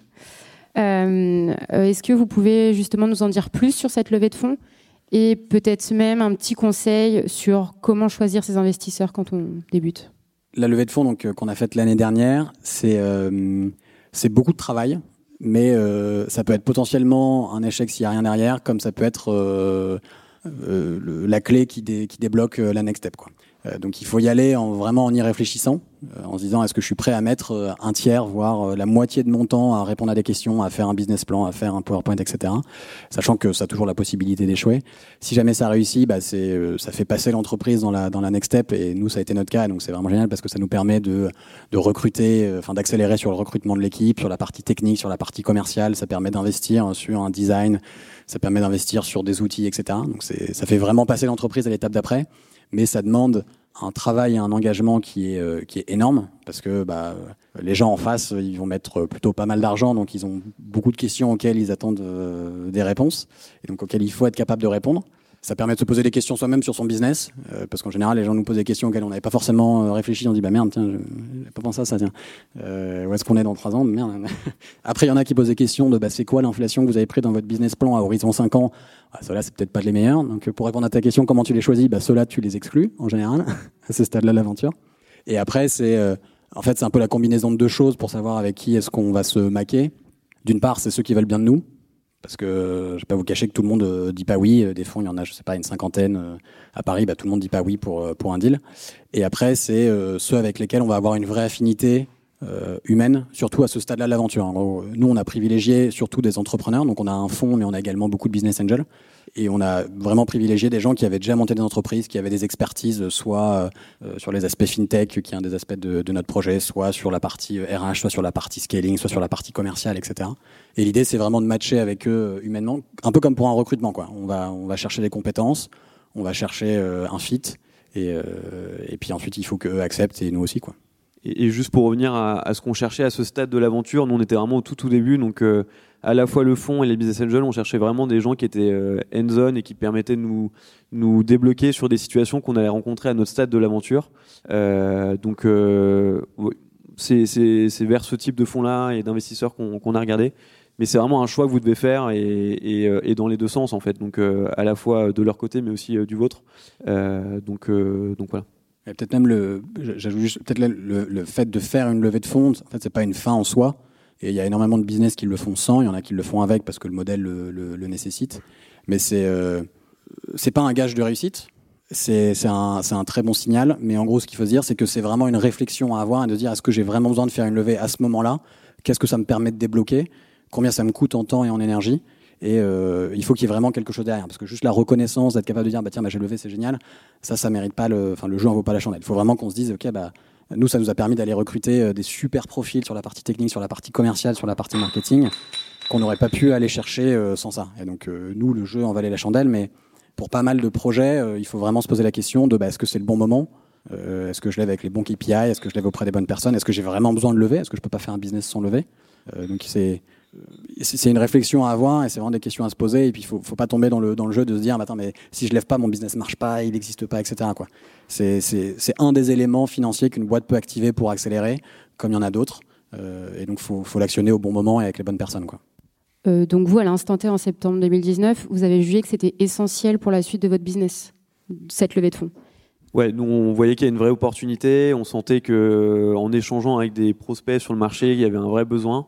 euh, est-ce que vous pouvez justement nous en dire plus sur cette levée de fonds et peut-être même un petit conseil sur comment choisir ses investisseurs quand on débute? La levée de fonds donc, euh, qu'on a faite l'année dernière, c'est, euh, c'est beaucoup de travail. Mais euh, ça peut être potentiellement un échec s'il n'y a rien derrière, comme ça peut être euh, euh, le, la clé qui, dé, qui débloque euh, la next step, quoi. Euh, donc il faut y aller en, vraiment en y réfléchissant, euh, en se disant est-ce que je suis prêt à mettre euh, un tiers, voire euh, la moitié de mon temps à répondre à des questions, à faire un business plan, à faire un PowerPoint, et cetera. Sachant que ça a toujours la possibilité d'échouer. Si jamais ça réussit, bah c'est, euh, ça fait passer l'entreprise dans la, dans la next step, et nous ça a été notre cas, donc c'est vraiment génial parce que ça nous permet de, de recruter, enfin euh, d'accélérer sur le recrutement de l'équipe, sur la partie technique, sur la partie commerciale, ça permet d'investir sur un design, ça permet d'investir sur des outils, et cetera. Donc c'est, ça fait vraiment passer l'entreprise à l'étape d'après. Mais ça demande un travail et un engagement qui est, euh, qui est énorme parce que bah, les gens en face, ils vont mettre plutôt pas mal d'argent, donc ils ont beaucoup de questions auxquelles ils attendent euh, des réponses et donc auxquelles il faut être capable de répondre. Ça permet de se poser des questions soi-même sur son business, euh, parce qu'en général, les gens nous posent des questions auxquelles on n'avait pas forcément euh, réfléchi. On dit bah merde, tiens, je n'avais pas pensé à ça, tiens. Euh, où est-ce qu'on est dans trois ans? Merde. Après, il y en a qui posent des questions de bah c'est quoi l'inflation que vous avez pris dans votre business plan à horizon cinq ans? Ah, ceux-là, c'est peut-être pas les meilleurs. Donc, pour répondre à ta question, comment tu les choisis? Bah ceux-là, tu les exclus en général à ce stade-là de l'aventure. Et après, c'est euh, en fait, c'est un peu la combinaison de deux choses pour savoir avec qui est-ce qu'on va se maquer. D'une part, c'est ceux qui veulent bien de nous. Parce que je vais pas vous cacher que tout le monde euh, dit pas oui. Des fonds, il y en a, je sais pas, une cinquantaine euh, à Paris. Bah, tout le monde dit pas oui pour euh, pour un deal. Et après, c'est euh, ceux avec lesquels on va avoir une vraie affinité euh, humaine, surtout à ce stade-là de l'aventure. En gros, nous, on a privilégié surtout des entrepreneurs. Donc, on a un fonds, mais on a également beaucoup de business angels. Et on a vraiment privilégié des gens qui avaient déjà monté des entreprises, qui avaient des expertises, soit euh, sur les aspects fintech, qui est un des aspects de, de notre projet, soit sur la partie R H, soit sur la partie scaling, soit sur la partie commerciale, et cetera. Et l'idée, c'est vraiment de matcher avec eux humainement, un peu comme pour un recrutement, quoi. On va, on va chercher des compétences, on va chercher euh, un fit, et, euh, et puis ensuite, il faut qu'eux acceptent, et nous aussi, quoi. Et, et juste pour revenir à, à ce qu'on cherchait à ce stade de l'aventure, nous, on était vraiment au tout, tout début, donc... Euh, à la fois le fonds et les business angels, on cherchait vraiment des gens qui étaient euh, hands-on et qui permettaient de nous, nous débloquer sur des situations qu'on allait rencontrer à notre stade de l'aventure. Euh, donc, euh, c'est, c'est, c'est vers ce type de fonds-là et d'investisseurs qu'on, qu'on a regardé. Mais c'est vraiment un choix que vous devez faire et, et, et dans les deux sens, en fait. Donc, euh, à la fois de leur côté, mais aussi euh, du vôtre. Euh, donc, euh, donc, voilà. Et peut-être même le, j'ajoute juste, peut-être le, le, le fait de faire une levée de fonds, en fait, c'est pas une fin en soi. Et il y a énormément de business qui le font sans, il y en a qui le font avec parce que le modèle le, le, le nécessite. Mais c'est euh, c'est pas un gage de réussite. c'est, c'est, un, c'est un très bon signal. Mais en gros, ce qu'il faut se dire, c'est que c'est vraiment une réflexion à avoir et de dire est-ce que j'ai vraiment besoin de faire une levée à ce moment-là ? Qu'est-ce que ça me permet de débloquer ? Combien ça me coûte en temps et en énergie ? Et euh, il faut qu'il y ait vraiment quelque chose derrière, parce que juste la reconnaissance, d'être capable de dire bah tiens bah j'ai levé, c'est génial, ça ça mérite pas le, enfin le jeu en vaut pas la chandelle. Il faut vraiment qu'on se dise ok bah nous ça nous a permis d'aller recruter des super profils sur la partie technique, sur la partie commerciale, sur la partie marketing, qu'on n'aurait pas pu aller chercher euh, sans ça. Et donc euh, nous le jeu en valait la chandelle, mais pour pas mal de projets, euh, il faut vraiment se poser la question de bah est-ce que c'est le bon moment, euh, est-ce que je lève avec les bons K P I, est-ce que je lève auprès des bonnes personnes, est-ce que j'ai vraiment besoin de lever, est-ce que je peux pas faire un business sans lever. Euh, donc c'est c'est une réflexion à avoir et c'est vraiment des questions à se poser et puis il faut, faut pas tomber dans le, dans le jeu de se dire bah, attends mais si je lève pas mon business marche pas, il n'existe pas, etc. quoi. C'est, c'est, c'est un des éléments financiers qu'une boîte peut activer pour accélérer comme il y en a d'autres euh, et donc faut, faut l'actionner au bon moment et avec les bonnes personnes quoi. Euh, donc vous à l'instant T en septembre deux mille dix-neuf vous avez jugé que c'était essentiel pour la suite de votre business cette levée de fonds. Ouais, nous on voyait qu'il y a une vraie opportunité, on sentait que en échangeant avec des prospects sur le marché, il y avait un vrai besoin.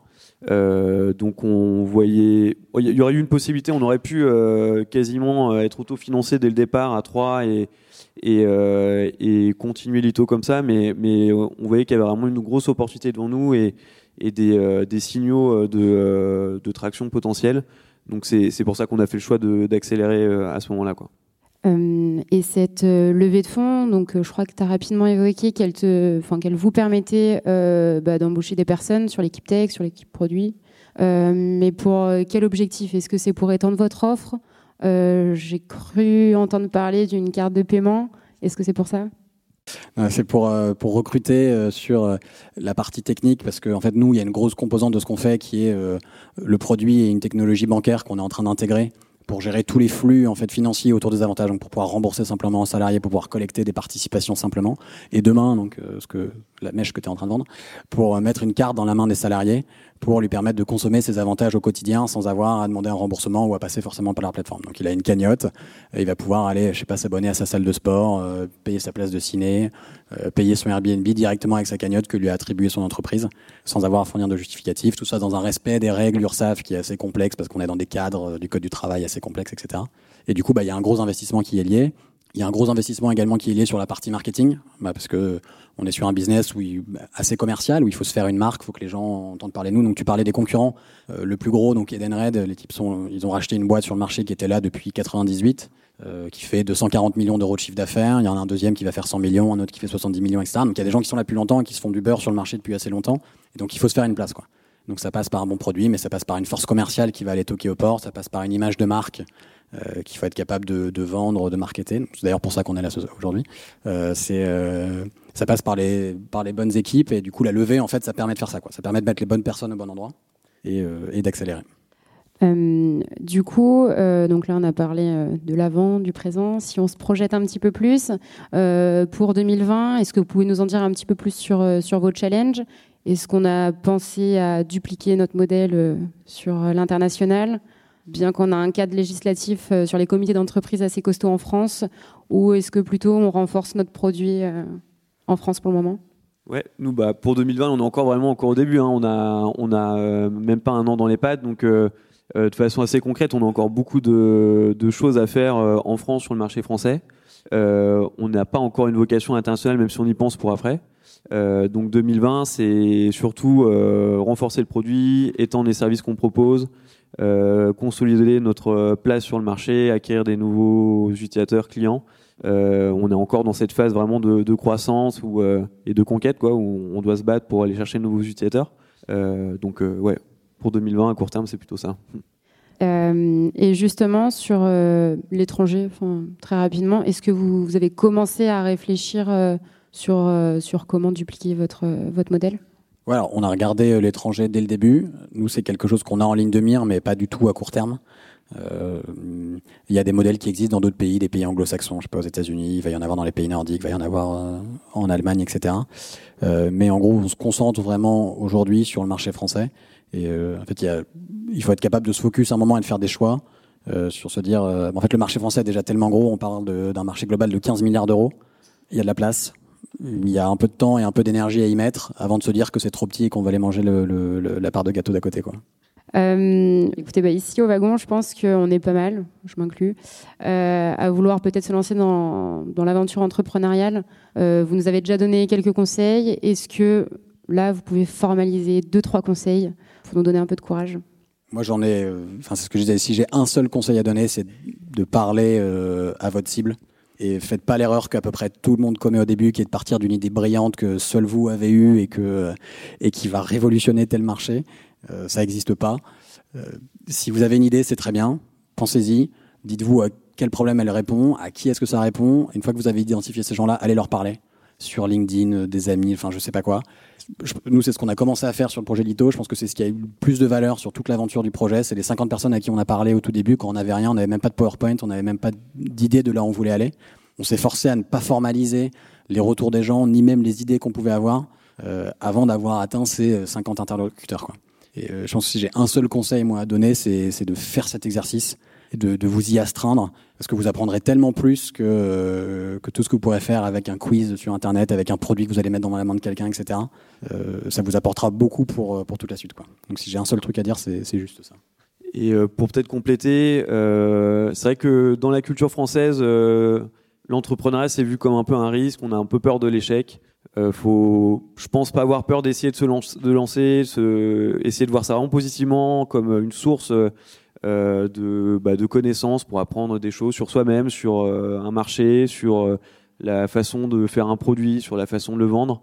Euh, donc on voyait, il y aurait eu une possibilité, on aurait pu euh, quasiment être autofinancé dès le départ à trois et et, euh, et continuer l'Ito comme ça, mais mais on voyait qu'il y avait vraiment une grosse opportunité devant nous et et des euh, des signaux de euh, de traction potentielle. Donc c'est c'est pour ça qu'on a fait le choix de d'accélérer à ce moment-là quoi. Euh, et cette euh, levée de fonds, donc euh, je crois que tu as rapidement évoqué qu'elle, te, qu'elle vous permettait euh, bah, d'embaucher des personnes sur l'équipe tech, sur l'équipe produit. Euh, mais pour euh, quel objectif ? Est-ce que c'est pour étendre votre offre ? euh, J'ai cru entendre parler d'une carte de paiement. Est-ce que c'est pour ça ? C'est pour, euh, pour recruter euh, sur euh, la partie technique parce qu'en en fait, nous, il y a une grosse composante de ce qu'on fait qui est euh, le produit et une technologie bancaire qu'on est en train d'intégrer pour gérer tous les flux en fait financiers autour des avantages, donc pour pouvoir rembourser simplement aux salariés, pour pouvoir collecter des participations simplement. Et demain, donc euh, ce que la mèche que tu es en train de vendre, pour euh, mettre une carte dans la main des salariés, pour lui permettre de consommer ces avantages au quotidien sans avoir à demander un remboursement ou à passer forcément par leur plateforme. Donc il a une cagnotte, et il va pouvoir aller, je sais pas, s'abonner à sa salle de sport, euh, payer sa place de ciné, euh, payer son Airbnb directement avec sa cagnotte que lui a attribué son entreprise, sans avoir à fournir de justificatif. Tout ça dans un respect des règles URSSAF qui est assez complexe parce qu'on est dans des cadres euh, du code du travail assez complexes, et cetera. Et du coup, bah, il y a un gros investissement qui est lié. Il y a un gros investissement également qui est lié sur la partie marketing, bah parce que on est sur un business où il, assez commercial, où il faut se faire une marque, il faut que les gens entendent parler de nous. Donc tu parlais des concurrents, euh, le plus gros, donc Edenred, les types sont, ils ont racheté une boîte sur le marché qui était là depuis quatre-vingt-dix-huit, euh, qui fait deux cent quarante millions d'euros de chiffre d'affaires. Il y en a un deuxième qui va faire cent millions, un autre qui fait soixante-dix millions, et cetera. Donc il y a des gens qui sont là depuis longtemps et qui se font du beurre sur le marché depuis assez longtemps. Et donc il faut se faire une place, quoi. Donc ça passe par un bon produit, mais ça passe par une force commerciale qui va aller toquer aux portes, ça passe par une image de marque euh, qu'il faut être capable de, de vendre, de marketer. C'est d'ailleurs pour ça qu'on est là aujourd'hui. Euh, c'est, euh, ça passe par les, par les bonnes équipes et du coup la levée, en fait, ça permet de faire ça, quoi. Ça permet de mettre les bonnes personnes au bon endroit et, euh, et d'accélérer. Euh, du coup, euh, donc là on a parlé euh, de l'avant, du présent. Si on se projette un petit peu plus, euh, pour deux mille vingt, est-ce que vous pouvez nous en dire un petit peu plus sur, euh, sur vos challenges ? Est-ce qu'on a pensé à dupliquer notre modèle euh, sur l'international, bien qu'on a un cadre législatif euh, sur les comités d'entreprise assez costaud en France, ou est-ce que plutôt on renforce notre produit euh, en France pour le moment ? Ouais, nous bah pour deux mille vingt, on est encore vraiment encore au début. Hein. On a on a euh, même pas un an dans les pattes, donc euh, euh, de façon assez concrète, on a encore beaucoup de, de choses à faire euh, en France sur le marché français. Euh, on n'a pas encore une vocation internationale, même si on y pense pour après. Euh, donc deux mille vingt, c'est surtout euh, renforcer le produit, étendre les services qu'on propose, euh, consolider notre place sur le marché, acquérir des nouveaux utilisateurs clients. Euh, on est encore dans cette phase vraiment de, de croissance où, euh, et de conquête, quoi, où on doit se battre pour aller chercher de nouveaux utilisateurs. Euh, donc euh, ouais, pour deux mille vingt, à court terme, c'est plutôt ça. Euh, et justement, sur euh, l'étranger, très rapidement, est-ce que vous, vous avez commencé à réfléchir euh, sur, euh, sur comment dupliquer votre, euh, votre modèle ? Voilà, on a regardé l'étranger dès le début. Nous, c'est quelque chose qu'on a en ligne de mire, mais pas du tout à court terme. Euh, il y a des modèles qui existent dans d'autres pays, des pays anglo-saxons, je sais pas, aux États-Unis, il va y en avoir dans les pays nordiques, il va y en avoir euh, en Allemagne, et cetera. Euh, mais en gros, on se concentre vraiment aujourd'hui sur le marché français. Et euh, en fait, il, y a, il faut être capable de se focus un moment et de faire des choix euh, sur se dire. Euh, en fait, le marché français est déjà tellement gros. On parle de, d'un marché global de quinze milliards d'euros. Il y a de la place. Il y a un peu de temps et un peu d'énergie à y mettre avant de se dire que c'est trop petit et qu'on va aller manger le, le, le, la part de gâteau d'à côté, quoi. Euh, écoutez, bah, ici au wagon, je pense qu'on est pas mal, je m'inclus, euh, à vouloir peut-être se lancer dans, dans l'aventure entrepreneuriale. Euh, vous nous avez déjà donné quelques conseils. Est-ce que là, vous pouvez formaliser deux, trois conseils pour nous donner un peu de courage ? Moi, j'en ai. Enfin, euh, c'est ce que je disais. Si j'ai un seul conseil à donner, c'est de parler euh, à votre cible. Et faites pas l'erreur qu'à peu près tout le monde commet au début, qui est de partir d'une idée brillante que seul vous avez eue et, que, et qui va révolutionner tel marché. Euh, ça n'existe pas. Euh, si vous avez une idée, c'est très bien. Pensez-y. Dites-vous à quel problème elle répond, à qui est-ce que ça répond. Une fois que vous avez identifié ces gens-là, allez leur parler sur LinkedIn, des amis, enfin je sais pas quoi. Je, nous, c'est ce qu'on a commencé à faire sur le projet Lito. Je pense que c'est ce qui a eu le plus de valeur sur toute l'aventure du projet. C'est les cinquante personnes à qui on a parlé au tout début. Quand on n'avait rien, on n'avait même pas de PowerPoint, on n'avait même pas d'idée de là où on voulait aller. On s'est forcé à ne pas formaliser les retours des gens, ni même les idées qu'on pouvait avoir, euh, avant d'avoir atteint ces cinquante interlocuteurs, quoi. Et euh, je pense que si j'ai un seul conseil moi à donner, c'est, c'est de faire cet exercice et de, de vous y astreindre, parce que vous apprendrez tellement plus que, euh, que tout ce que vous pourrez faire avec un quiz sur Internet, avec un produit que vous allez mettre dans la main de quelqu'un, et cetera. Euh, ça vous apportera beaucoup pour, pour toute la suite, quoi. Donc si j'ai un seul truc à dire, c'est, c'est juste ça. Et euh, pour peut-être compléter, euh, c'est vrai que dans la culture française, euh, l'entrepreneuriat c'est vu comme un peu un risque, on a un peu peur de l'échec. Euh, faut, je pense pas avoir peur d'essayer de se lance, de lancer, se, essayer de voir ça vraiment positivement comme une source euh, de, bah, de connaissances pour apprendre des choses sur soi-même, sur euh, un marché, sur euh, la façon de faire un produit, sur la façon de le vendre.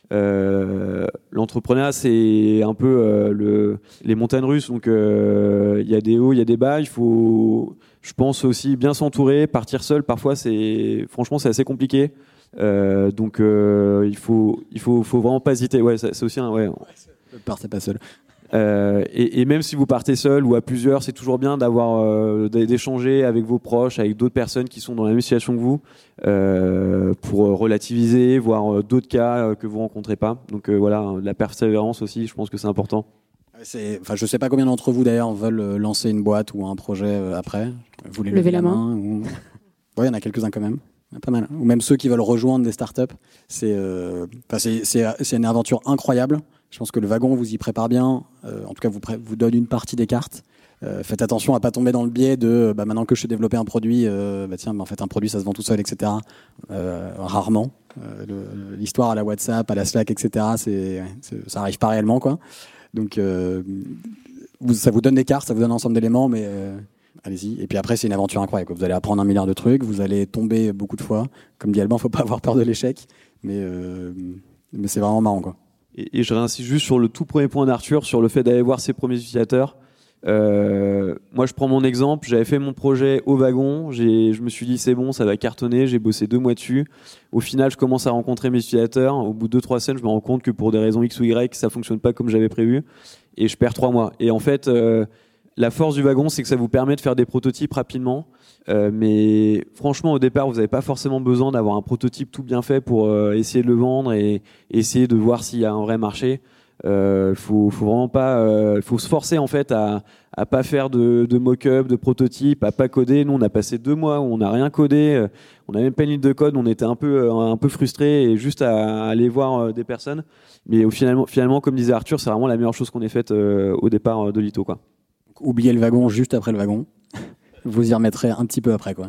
Euh, l'entrepreneuriat c'est un peu euh, le, les montagnes russes, donc il euh, y a des hauts, il y a des bas. Il faut, je pense aussi bien s'entourer, partir seul. Parfois c'est, franchement c'est assez compliqué. Euh, donc euh, il faut il faut faut vraiment pas hésiter. Ouais, c'est aussi un ouais. Ne partez pas seul. Euh, et, et même si vous partez seul ou à plusieurs, c'est toujours bien d'avoir euh, d'échanger avec vos proches, avec d'autres personnes qui sont dans la même situation que vous, euh, pour relativiser, voir d'autres cas que vous rencontrez pas. Donc euh, voilà, la persévérance aussi, je pense que c'est important. C'est, enfin, je sais pas combien d'entre vous d'ailleurs veulent lancer une boîte ou un projet après. Vous voulez lever la main, main ou... Ouais, il y en a quelques-uns quand même. Pas mal. Ou même ceux qui veulent rejoindre des startups. C'est, euh, c'est, c'est, c'est une aventure incroyable. Je pense que le wagon vous y prépare bien. Euh, en tout cas, vous, pré- vous donne une partie des cartes. Euh, faites attention à pas tomber dans le biais de bah, maintenant que je sais développer un produit, euh, bah, tiens, bah, en fait, un produit, ça se vend tout seul, et cetera. Euh, rarement. Euh, le, l'histoire à la WhatsApp, à la Slack, et cetera, c'est, c'est, ça arrive pas réellement, quoi. Donc, euh, vous, ça vous donne des cartes, ça vous donne un ensemble d'éléments, mais... Euh, allez-y. Et puis après, c'est une aventure incroyable. Vous allez apprendre un milliard de trucs, vous allez tomber beaucoup de fois. Comme dit Alban, il ne faut pas avoir peur de l'échec, mais, euh, mais c'est vraiment marrant, quoi. Et, et je réinsiste juste sur le tout premier point d'Arthur, sur le fait d'aller voir ses premiers utilisateurs. Euh, moi, je prends mon exemple. J'avais fait mon projet au wagon. J'ai, je me suis dit, c'est bon, ça va cartonner. J'ai bossé deux mois dessus. Au final, je commence à rencontrer mes utilisateurs. Au bout de deux, trois semaines, je me rends compte que pour des raisons X ou Y, ça ne fonctionne pas comme j'avais prévu. Et je perds trois mois. Et en fait... Euh, la force du wagon, c'est que ça vous permet de faire des prototypes rapidement. Euh, mais franchement, au départ, vous n'avez pas forcément besoin d'avoir un prototype tout bien fait pour euh, essayer de le vendre et essayer de voir s'il y a un vrai marché. Il euh, faut, faut vraiment pas, euh, faut se forcer en fait à, à pas faire de, de mock-up, de prototype, à pas coder. Nous, on a passé deux mois où on n'a rien codé, on n'a même pas une ligne de code, on était un peu, un peu frustrés et juste à, à aller voir des personnes. Mais au finalement, finalement, comme disait Arthur, c'est vraiment la meilleure chose qu'on ait faite euh, au départ de Lito, quoi. Oubliez le wagon juste après le wagon. Vous y remettrez un petit peu après, quoi.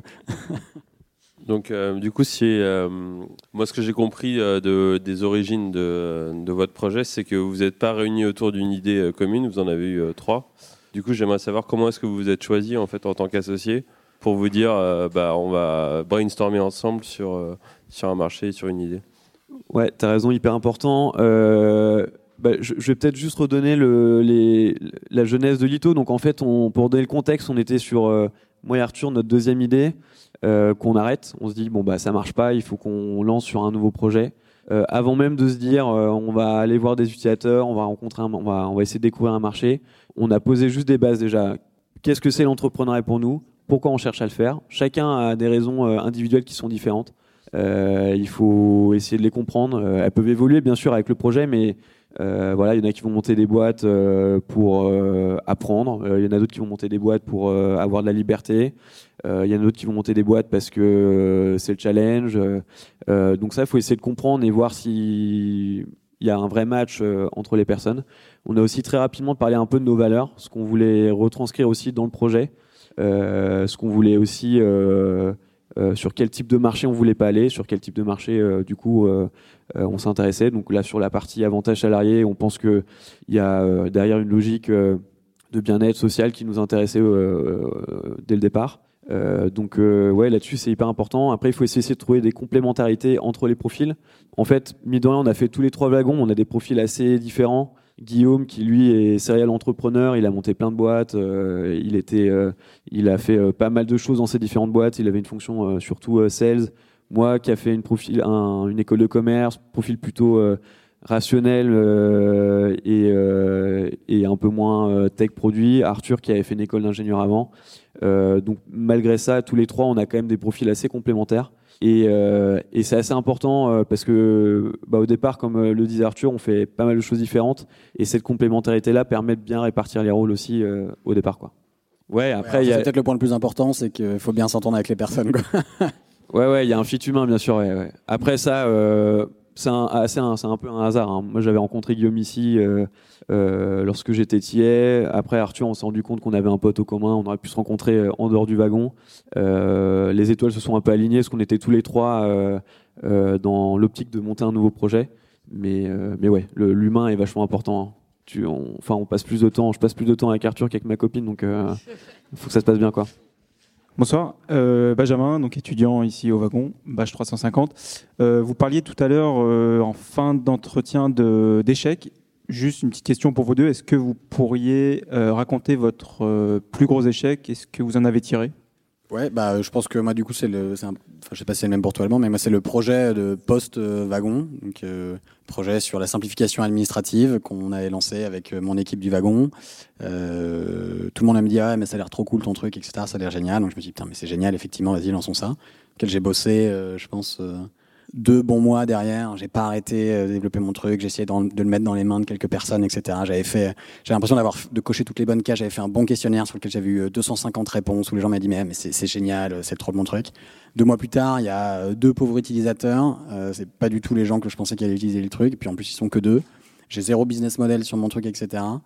Donc, euh, du coup, si, euh, moi, ce que j'ai compris euh, de, des origines de, de votre projet, c'est que vous n'êtes pas réunis autour d'une idée euh, commune, vous en avez eu euh, trois. Du coup, j'aimerais savoir comment est-ce que vous vous êtes choisi en fait, en tant qu'associé pour vous dire, euh, bah, on va brainstormer ensemble sur, euh, sur un marché, sur une idée. Ouais, tu as raison, hyper important. Euh... Bah, je, je vais peut-être juste redonner le, les, la genèse de Lito. Donc en fait, on, pour donner le contexte, on était sur euh, moi et Arthur, notre deuxième idée euh, qu'on arrête. On se dit bon bah ça marche pas, il faut qu'on lance sur un nouveau projet. Euh, avant même de se dire euh, on va aller voir des utilisateurs, on va rencontrer, un, on va on va essayer de découvrir un marché. On a posé juste des bases déjà. Qu'est-ce que c'est l'entrepreneuriat pour nous ? Pourquoi on cherche à le faire ? Chacun a des raisons euh, individuelles qui sont différentes. Euh, il faut essayer de les comprendre. Euh, elles peuvent évoluer bien sûr avec le projet, mais Euh, voilà, il y en a qui vont monter des boîtes euh, pour euh, apprendre. Euh, il y en a d'autres qui vont monter des boîtes pour euh, avoir de la liberté. Euh, il y en a d'autres qui vont monter des boîtes parce que euh, c'est le challenge. Euh, donc ça, il faut essayer de comprendre et voir si il y a un vrai match euh, entre les personnes. On a aussi très rapidement parlé un peu de nos valeurs, ce qu'on voulait retranscrire aussi dans le projet, euh, ce qu'on voulait aussi euh, euh, sur quel type de marché on voulait pas aller, sur quel type de marché euh, du coup euh, euh, on s'intéressait. Donc là sur la partie avantages salariés, on pense que il y a euh, derrière une logique euh, de bien-être social qui nous intéressait euh, euh, dès le départ. Euh, donc euh, ouais, là-dessus c'est hyper important. Après il faut essayer de trouver des complémentarités entre les profils. En fait, mine de rien, on a fait tous les trois wagons, on a des profils assez différents. Guillaume qui lui est serial entrepreneur, il a monté plein de boîtes, euh, il était, euh, il a fait euh, pas mal de choses dans ces différentes boîtes. Il avait une fonction euh, surtout euh, sales. Moi qui a fait une profil, un, une école de commerce, profil plutôt euh, rationnel euh, et, euh, et un peu moins euh, tech produit. Arthur qui avait fait une école d'ingénieur avant. Euh, donc malgré ça, tous les trois, on a quand même des profils assez complémentaires. Et, euh, et c'est assez important euh, parce que bah, au départ, comme euh, le disait Arthur, on fait pas mal de choses différentes et cette complémentarité-là permet de bien répartir les rôles aussi euh, au départ, quoi. Ouais, après, ouais, il y a... c'est peut-être le point le plus important, c'est qu'il faut bien s'entendre avec les personnes, quoi. ouais, ouais, il y a un fit humain, bien sûr. Ouais, ouais. Après ça, euh, c'est un, assez un, c'est un peu un hasard. Hein. Moi, j'avais rencontré Guillaume ici euh, euh, lorsque j'étais T A. Après, Arthur, on s'est rendu compte qu'on avait un pote au commun. On aurait pu se rencontrer en dehors du wagon. Euh, les étoiles se sont un peu alignées parce qu'on était tous les trois euh, euh, dans l'optique de monter un nouveau projet. Mais, euh, mais ouais, le, l'humain est vachement important. Hein. Tu, on, enfin, on passe plus de temps. Je passe plus de temps avec Arthur qu'avec ma copine, donc il euh, faut que ça se passe bien, quoi. Bonsoir, euh, Benjamin, donc étudiant ici au wagon, Badge trois cent cinquante. Euh, vous parliez tout à l'heure euh, en fin d'entretien de, d'échecs. Juste une petite question pour vous deux. Est-ce que vous pourriez euh, raconter votre euh, plus gros échec? Est-ce que vous en avez tiré? Ouais, bah, je pense que moi, du coup, c'est le, c'est un, enfin, je sais pas si c'est le même pour toi, Alban, mais moi, c'est le projet de post-wagon. Donc, euh, projet sur la simplification administrative qu'on avait lancé avec mon équipe du wagon. Euh, tout le monde me dit, ah, mais ça a l'air trop cool ton truc, et cetera. Ça a l'air génial. Donc, je me dis, putain, mais c'est génial, effectivement, vas-y, lançons ça. Auquel j'ai bossé, euh, je pense, euh, deux bons mois derrière. J'ai pas arrêté de développer mon truc. J'ai essayé de le mettre dans les mains de quelques personnes, et cetera. J'avais fait, j'avais l'impression d'avoir, de cocher toutes les bonnes cases. J'avais fait un bon questionnaire sur lequel j'avais eu deux cent cinquante réponses où les gens m'ont dit, mais, mais c'est, c'est génial, c'est trop de mon truc. Deux mois plus tard, il y a deux pauvres utilisateurs. Euh, c'est pas du tout les gens que je pensais qui allaient utiliser le truc. Et puis en plus, ils sont que deux. J'ai zéro business model sur mon truc, et cetera.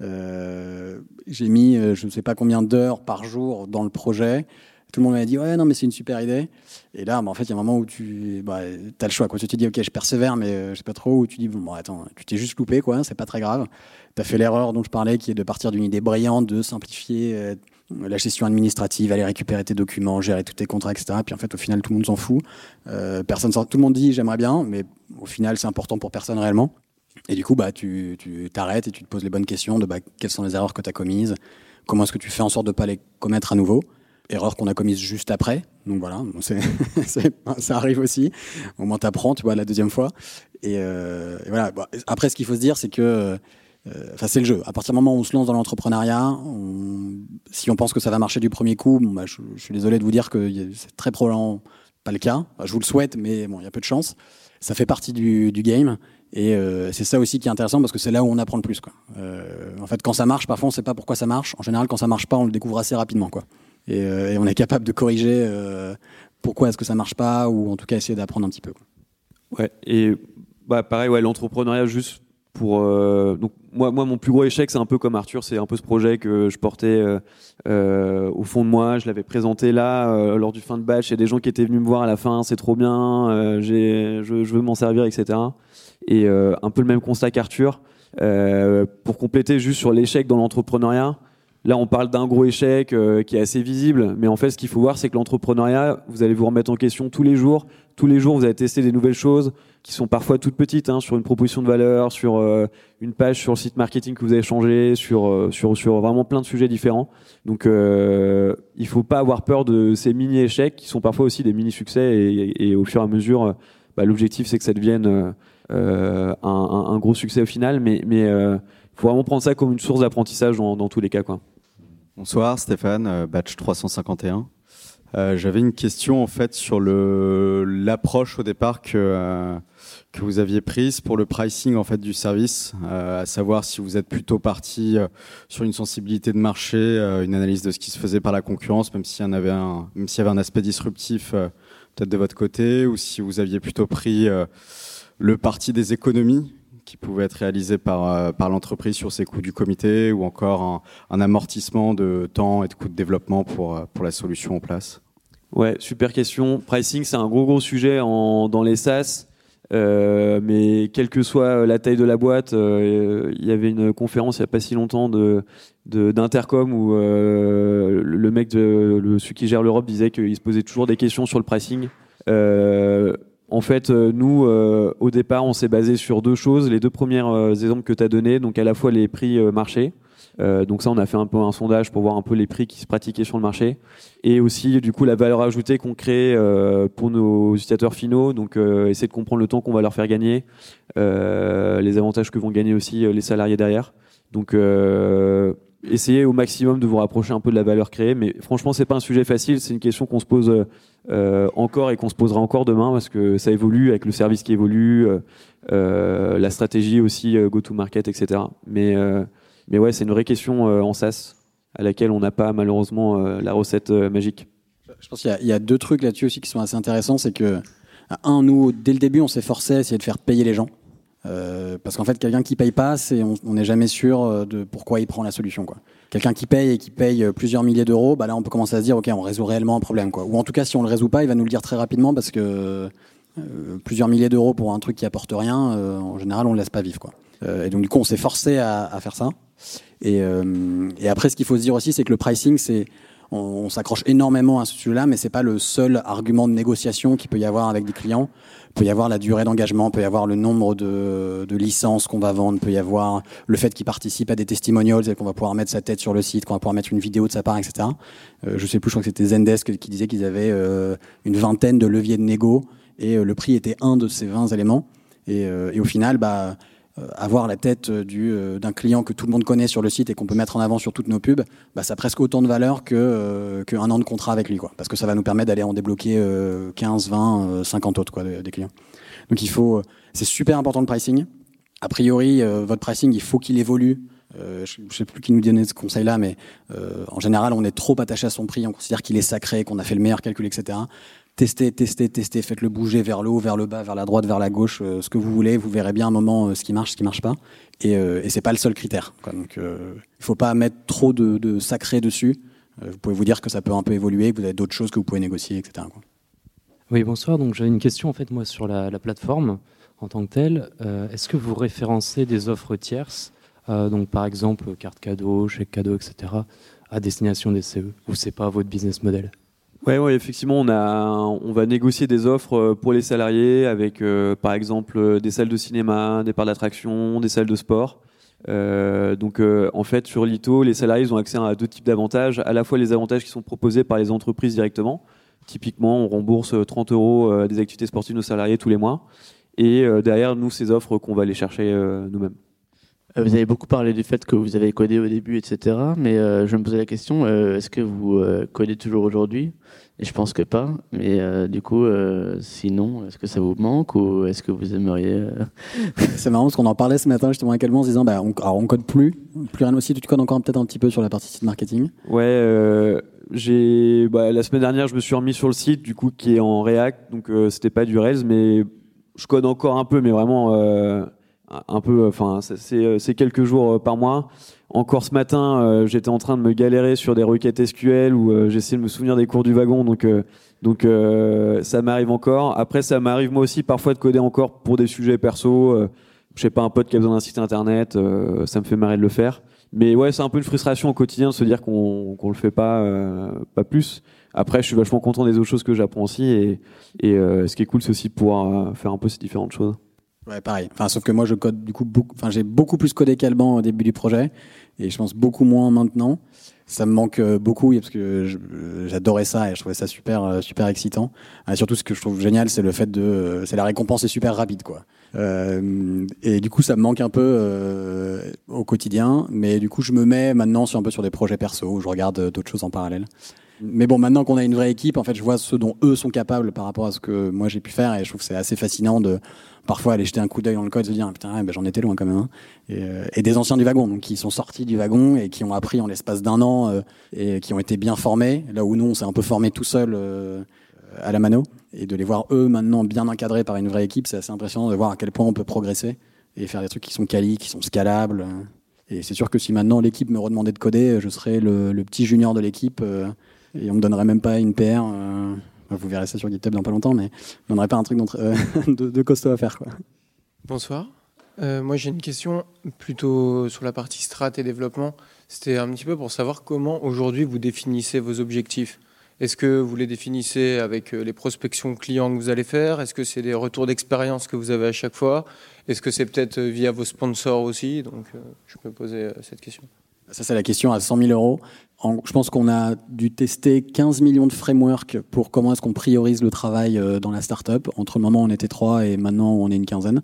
Euh, j'ai mis, je ne sais pas combien d'heures par jour dans le projet. Tout le monde m'a dit, ouais, non, mais c'est une super idée. Et là, bah, en fait, il y a un moment où tu bah, as le choix, quoi. Tu te dis, ok, je persévère, mais euh, je sais pas trop. Où tu dis, bon, bon, attends, tu t'es juste loupé, quoi. C'est pas très grave. Tu as fait l'erreur dont je parlais, qui est de partir d'une idée brillante, de simplifier euh, la gestion administrative, aller récupérer tes documents, gérer tous tes contrats, et cetera. Puis en fait, au final, tout le monde s'en fout. Euh, personne s'en... Tout le monde dit, j'aimerais bien, mais au final, c'est important pour personne réellement. Et du coup, bah, tu, tu t'arrêtes et tu te poses les bonnes questions de bah, quelles sont les erreurs que tu as commises, comment est-ce que tu fais en sorte de ne pas les commettre à nouveau. Erreur qu'on a commise juste après, donc voilà, c'est, c'est, ça arrive aussi. Au moins t'apprends, tu vois, la deuxième fois. Et, euh, et voilà. Bon, après, ce qu'il faut se dire, c'est que, enfin, euh, c'est le jeu. À partir du moment où on se lance dans l'entrepreneuriat, on, si on pense que ça va marcher du premier coup, bon, bah, je, je suis désolé de vous dire que c'est très probablement pas le cas. Enfin, je vous le souhaite, mais bon, il y a peu de chance. Ça fait partie du, du game. Et euh, c'est ça aussi qui est intéressant parce que c'est là où on apprend le plus, quoi. Euh, en fait, quand ça marche, parfois on sait pas pourquoi ça marche. En général, quand ça marche pas, on le découvre assez rapidement, quoi. Et, euh, et on est capable de corriger euh, pourquoi est-ce que ça marche pas, ou en tout cas essayer d'apprendre un petit peu, quoi. Ouais, et bah pareil, ouais, l'entrepreneuriat, juste pour euh, donc moi, moi mon plus gros échec, c'est un peu comme Arthur, c'est un peu ce projet que je portais euh, euh, au fond de moi. Je l'avais présenté là euh, lors du fin de batch. Il y a des gens qui étaient venus me voir à la fin, c'est trop bien, euh, j'ai, je, je veux m'en servir, et cetera. Et euh, un peu le même constat qu'Arthur. Euh, pour compléter juste sur l'échec dans l'entrepreneuriat. Là, on parle d'un gros échec euh, qui est assez visible, mais en fait, ce qu'il faut voir, c'est que l'entrepreneuriat, vous allez vous remettre en question tous les jours. Tous les jours, vous allez tester des nouvelles choses qui sont parfois toutes petites, hein, sur une proposition de valeur, sur euh, une page sur le site marketing que vous avez changé, sur, euh, sur, sur vraiment plein de sujets différents. Donc, euh, il ne faut pas avoir peur de ces mini-échecs qui sont parfois aussi des mini-succès. Et, et, et au fur et à mesure, bah, l'objectif, c'est que ça devienne euh, un, un, un gros succès au final. Mais il mais, euh, faut vraiment prendre ça comme une source d'apprentissage dans, dans tous les cas, quoi. Bonsoir Stéphane, euh, Badge trois cent cinquante et un. Euh, j'avais une question en fait sur le, l'approche au départ que, euh, que vous aviez prise pour le pricing en fait, du service, euh, à savoir si vous êtes plutôt parti euh, sur une sensibilité de marché, euh, une analyse de ce qui se faisait par la concurrence, même s'il y en avait un, même s'il y avait un aspect disruptif euh, peut-être de votre côté, ou si vous aviez plutôt pris euh, le parti des économies qui pouvait être réalisé par, euh, par l'entreprise sur ses coûts du comité ou encore un, un amortissement de temps et de coûts de développement pour, pour la solution en place? Ouais, super question. Pricing, c'est un gros gros sujet en, dans les SaaS. Euh, mais quelle que soit la taille de la boîte, euh, il y avait une conférence il n'y a pas si longtemps de, de, d'Intercom où euh, le mec, de, le, celui qui gère l'Europe, disait qu'il se posait toujours des questions sur le pricing. Euh, en fait, nous, euh, au départ, on s'est basé sur deux choses. Les deux premiers euh, exemples que tu as donnés, donc à la fois les prix euh, marché. Euh, donc ça, on a fait un peu un sondage pour voir un peu les prix qui se pratiquaient sur le marché, et aussi du coup la valeur ajoutée qu'on crée euh, pour nos utilisateurs finaux. Donc euh, essayer de comprendre le temps qu'on va leur faire gagner, euh, les avantages que vont gagner aussi euh, les salariés derrière. Donc euh, essayez au maximum de vous rapprocher un peu de la valeur créée. Mais franchement, c'est pas un sujet facile. C'est une question qu'on se pose euh, encore et qu'on se posera encore demain parce que ça évolue avec le service qui évolue, euh, euh, la stratégie aussi euh, go-to-market, et cetera. Mais euh, Mais ouais, c'est une vraie question euh, en SaaS à laquelle on n'a pas malheureusement euh, la recette euh, magique. Je pense qu'il y a, il y a deux trucs là-dessus aussi qui sont assez intéressants. C'est que, un, nous, dès le début, on s'est forcé à essayer de faire payer les gens. Euh, parce qu'en fait, quelqu'un qui paye pas, c'est, on n'est jamais sûr de pourquoi il prend la solution, quoi. Quelqu'un qui paye et qui paye plusieurs milliers d'euros, bah là, on peut commencer à se dire, ok, on résout réellement un problème, quoi. Ou en tout cas, si on le résout pas, il va nous le dire très rapidement parce que euh, plusieurs milliers d'euros pour un truc qui apporte rien, euh, en général, on le laisse pas vivre, quoi. Euh, et donc, du coup, on s'est forcé à, à faire ça. Et, euh, et après, ce qu'il faut se dire aussi, c'est que le pricing, c'est, on, on s'accroche énormément à ce sujet-là, mais c'est pas le seul argument de négociation qu'il peut y avoir avec des clients. Il peut y avoir la durée d'engagement, il peut y avoir le nombre de, de licences qu'on va vendre, il peut y avoir le fait qu'il participe à des testimonials et qu'on va pouvoir mettre sa tête sur le site, qu'on va pouvoir mettre une vidéo de sa part, et cetera. Euh, je sais plus, je crois que c'était Zendesk qui disait qu'ils avaient euh, une vingtaine de leviers de négo et euh, le prix était un de ces vingt éléments. Et, euh, et au final, bah, Euh, avoir la tête du, euh, d'un client que tout le monde connaît sur le site et qu'on peut mettre en avant sur toutes nos pubs, bah, ça a presque autant de valeur que, euh, qu'un an de contrat avec lui, quoi. Parce que ça va nous permettre d'aller en débloquer euh, quinze, vingt, euh, cinquante autres, quoi, des, des clients. Donc il faut, c'est super important le pricing. A priori, euh, votre pricing, il faut qu'il évolue. Euh, je ne sais plus qui nous donnait ce conseil-là, mais euh, en général, on est trop attaché à son prix, on considère qu'il est sacré, qu'on a fait le meilleur calcul, et cetera. Testez, testez, testez, faites-le bouger vers le haut, vers le bas, vers la droite, vers la gauche, euh, ce que vous voulez. Vous verrez bien un moment euh, ce qui marche, ce qui marche pas. Et, euh, et c'est pas le seul critère, quoi. Donc, euh, il faut pas mettre trop de, de sacré dessus. Euh, vous pouvez vous dire que ça peut un peu évoluer, que vous avez d'autres choses que vous pouvez négocier, et cetera, quoi. Oui, bonsoir. Donc j'avais une question en fait moi sur la, la plateforme en tant que telle. Euh, est-ce que vous référencez des offres tierces, euh, donc par exemple carte cadeau, chèque cadeau, et cetera, à destination des C E, ou c'est pas votre business model? Ouais, ouais, effectivement, on a, on va négocier des offres pour les salariés avec, euh, par exemple, des salles de cinéma, des parcs d'attractions, des salles de sport. Euh, donc, euh, en fait, sur Lito, les salariés ils ont accès à deux types d'avantages. À la fois les avantages qui sont proposés par les entreprises directement. Typiquement, on rembourse trente euros euh, des activités sportives de nos salariés tous les mois. Et euh, derrière, nous, ces offres qu'on va aller chercher euh, nous-mêmes. Vous avez beaucoup parlé du fait que vous avez codé au début, et cetera. Mais euh, je me posais la question, euh, est-ce que vous euh, codez toujours aujourd'hui? Et je pense que pas. Mais euh, du coup, euh, sinon, est-ce que ça vous manque ou est-ce que vous aimeriez euh... C'est marrant parce qu'on en parlait ce matin justement avec Alban en se disant, bah, on, alors on code plus, plus rien aussi. Tu codes encore peut-être un petit peu sur la partie site marketing. Ouais, euh, j'ai, bah, la semaine dernière, je me suis remis sur le site du coup qui est en React, donc euh, c'était pas du Rails, mais je code encore un peu, mais vraiment. Euh, un peu, enfin, c'est, c'est quelques jours par mois. Encore ce matin, euh, j'étais en train de me galérer sur des requêtes S Q L où euh, j'essayais de me souvenir des cours du wagon, donc, euh, donc euh, ça m'arrive encore. Après, ça m'arrive moi aussi parfois de coder encore pour des sujets perso. Euh, je sais pas, un pote qui a besoin d'un site internet, euh, ça me fait marrer de le faire. Mais ouais, c'est un peu une frustration au quotidien de se dire qu'on qu'on le fait pas, euh, pas plus. Après, je suis vachement content des autres choses que j'apprends aussi, et, et euh, ce qui est cool, c'est aussi de pouvoir euh, faire un peu ces différentes choses. Ouais, pareil. Enfin, sauf que moi, je code du coup beaucoup. Enfin, j'ai beaucoup plus codé qu'Alban au début du projet, et je pense beaucoup moins maintenant. Ça me manque beaucoup parce que je, j'adorais ça et je trouvais ça super, super excitant. Et surtout, ce que je trouve génial, c'est le fait de, c'est la récompense est super rapide, quoi. Euh, et du coup, ça me manque un peu euh, au quotidien. Mais du coup, je me mets maintenant sur un peu sur des projets perso où je regarde d'autres choses en parallèle. Mais bon, maintenant qu'on a une vraie équipe, en fait, je vois ce dont eux sont capables par rapport à ce que moi j'ai pu faire, et je trouve que c'est assez fascinant de parfois aller jeter un coup d'œil dans le code et se dire putain, ouais, ben, j'en étais loin quand même. Hein. Et, euh, et des anciens du wagon, donc qui sont sortis du wagon et qui ont appris en l'espace d'un an euh, et qui ont été bien formés. Là où nous, on s'est un peu formés tout seul euh, à la mano, et de les voir eux maintenant bien encadrés par une vraie équipe, c'est assez impressionnant de voir à quel point on peut progresser et faire des trucs qui sont quali, qui sont scalables. Et c'est sûr que si maintenant l'équipe me redemandait de coder, je serais le, le petit junior de l'équipe euh, et on me donnerait même pas une P R. Euh, vous verrez ça sur GitHub dans pas longtemps, mais on me donnerait pas un truc euh, de, de costaud à faire, quoi. Bonsoir. Euh, moi, j'ai une question plutôt sur la partie strat et développement. C'était un petit peu pour savoir comment aujourd'hui vous définissez vos objectifs. Est-ce que vous les définissez avec les prospections clients que vous allez faire ? Est-ce que c'est des retours d'expérience que vous avez à chaque fois ? Est-ce que c'est peut-être via vos sponsors aussi ? Donc, euh, je peux poser euh, cette question. Ça, c'est la question à cent mille euros. En, je pense qu'on a dû tester quinze millions de frameworks pour comment est-ce qu'on priorise le travail euh, dans la startup. Entre le moment où on était trois et maintenant où on est une quinzaine.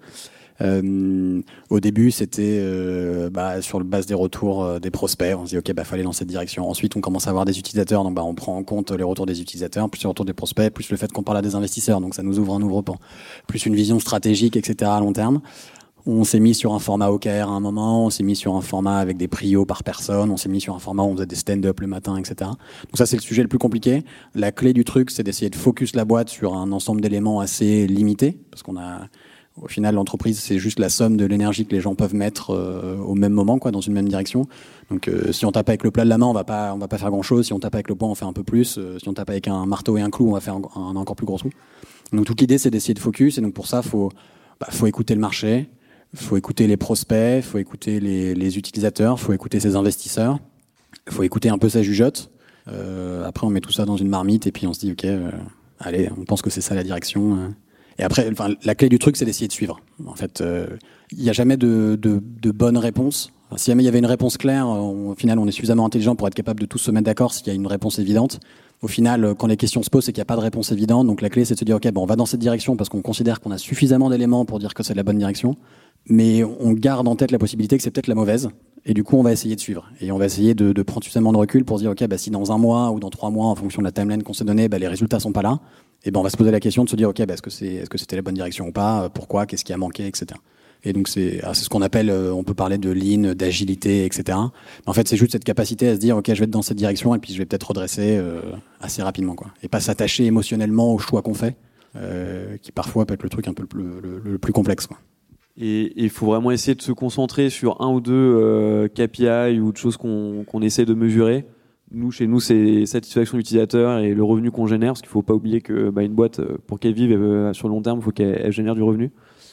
Euh, au début, c'était euh, bah, sur le base des retours euh, des prospects. On se dit ok, bah faut aller dans cette direction. Ensuite, on commence à avoir des utilisateurs, donc bah on prend en compte les retours des utilisateurs, plus les retours des prospects, plus le fait qu'on parle à des investisseurs, donc ça nous ouvre un nouveau pan. Plus une vision stratégique, et cetera à long terme. On s'est mis sur un format O K R à un moment, on s'est mis sur un format avec des prios par personne, on s'est mis sur un format où on faisait des stand-up le matin, et cetera. Donc ça, c'est le sujet le plus compliqué. La clé du truc, c'est d'essayer de focus la boîte sur un ensemble d'éléments assez limités, parce qu'on a Au final, l'entreprise, c'est juste la somme de l'énergie que les gens peuvent mettre euh, au même moment, quoi, dans une même direction. Donc, euh, si on tape avec le plat de la main, on va pas, on va pas faire grand-chose. Si on tape avec le poing, on fait un peu plus. Euh, si on tape avec un marteau et un clou, on va faire un, un encore plus gros trou. Donc, toute l'idée, c'est d'essayer de focus. Et donc, pour ça, faut, bah, faut écouter le marché, faut écouter les prospects, faut écouter les, les utilisateurs, faut écouter ses investisseurs, faut écouter un peu sa jugeote. Euh, après, on met tout ça dans une marmite et puis on se dit, ok, euh, allez, on pense que c'est ça la direction. Euh. Et après, enfin, la clé du truc, c'est d'essayer de suivre. En fait, il euh, n'y a jamais de, de, de bonne réponse. Enfin, si jamais il y avait une réponse claire, on, au final, on est suffisamment intelligent pour être capable de tous se mettre d'accord s'il y a une réponse évidente. Au final, quand les questions se posent, c'est qu'il n'y a pas de réponse évidente. Donc la clé, c'est de se dire, ok, bon, on va dans cette direction parce qu'on considère qu'on a suffisamment d'éléments pour dire que c'est la bonne direction. Mais on garde en tête la possibilité que c'est peut-être la mauvaise. Et du coup, on va essayer de suivre. Et on va essayer de, de prendre suffisamment de recul pour se dire, ok, bah, si dans un mois ou dans trois mois, en fonction de la timeline qu'on s'est donnée, bah, les résultats sont pas là, et ben on va se poser la question de se dire, ok, bah, est-ce que c'est, est-ce que c'était la bonne direction ou pas, pourquoi, qu'est-ce qui a manqué, et cetera. Et donc c'est, c'est ce qu'on appelle, on peut parler de lean, d'agilité, et cetera. Mais en fait, c'est juste cette capacité à se dire, ok, je vais être dans cette direction et puis je vais peut-être redresser euh, assez rapidement, quoi. Et pas s'attacher émotionnellement aux choix qu'on fait, euh, qui parfois peut être le truc un peu le, le, le plus complexe, quoi. Et il faut vraiment essayer de se concentrer sur un ou deux euh, K P I ou de choses qu'on, qu'on essaie de mesurer. Nous, chez nous, c'est satisfaction utilisateur et le revenu qu'on génère, parce qu'il ne faut pas oublier que bah, une boîte, pour qu'elle vive euh, sur le long terme, il faut qu'elle elle génère du revenu.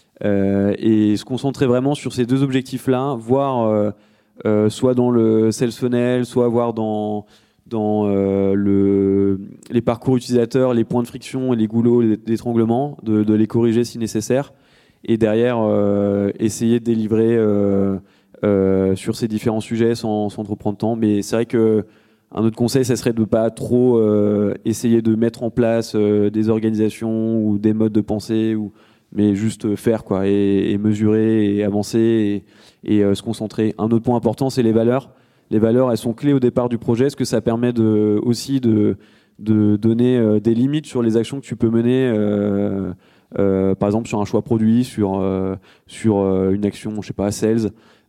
Euh, et se concentrer vraiment sur ces deux objectifs-là, voir euh, euh, soit dans le sales funnel, soit voir dans, dans euh, le, les parcours utilisateurs, les points de friction et les goulots d'étranglement, de, de les corriger si nécessaire. Et derrière, euh, essayer de délivrer euh, euh, sur ces différents sujets sans, sans trop prendre de temps. Mais c'est vrai que un autre conseil, ça serait de ne pas trop euh, essayer de mettre en place euh, des organisations ou des modes de pensée, ou, mais juste faire, quoi, et, et mesurer et avancer et, et euh, se concentrer. Un autre point important, c'est les valeurs. Les valeurs, elles sont clés au départ du projet, parce que ça permet de, aussi de, de donner euh, des limites sur les actions que tu peux mener. Euh, Euh, par exemple sur un choix produit, sur, euh, sur euh, une action, je sais pas, sales.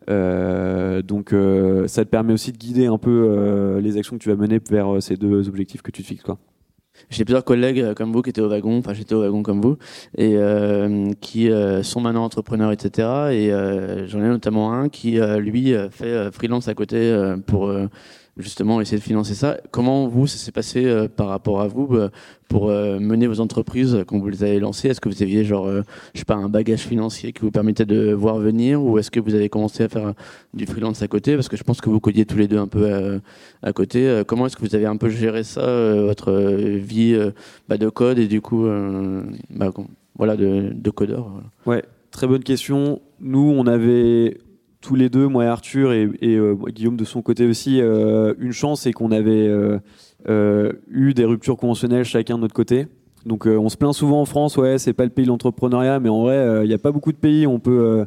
Euh, donc euh, ça te permet aussi de guider un peu euh, les actions que tu vas mener vers euh, ces deux objectifs que tu te fixes, quoi. J'ai plusieurs collègues euh, comme vous qui étaient au wagon, enfin j'étais au wagon comme vous, et euh, qui euh, sont maintenant entrepreneurs, et cetera. Et euh, j'en ai notamment un qui, euh, lui, fait euh, freelance à côté euh, pour euh, justement essayer de financer ça. Comment vous, ça s'est passé euh, par rapport à vous euh, pour euh, mener vos entreprises quand vous les avez lancées? Est-ce que vous aviez genre, euh, je sais pas, un bagage financier qui vous permettait de voir venir, ou est-ce que vous avez commencé à faire euh, du freelance à côté? Parce que je pense que vous codiez tous les deux un peu euh, à côté. Euh, comment est-ce que vous avez un peu géré ça, euh, votre euh, vie euh, bah, de code et du coup, euh, bah, voilà, de, de codeur? Voilà. Ouais, très bonne question. Nous, on avait tous les deux, moi et Arthur, et, et euh, Guillaume de son côté aussi, euh, une chance, c'est qu'on avait euh, euh, eu des ruptures conventionnelles chacun de notre côté. Donc euh, on se plaint souvent en France, ouais, c'est pas le pays de l'entrepreneuriat, mais en vrai, il euh, n'y a pas beaucoup de pays où on peut euh,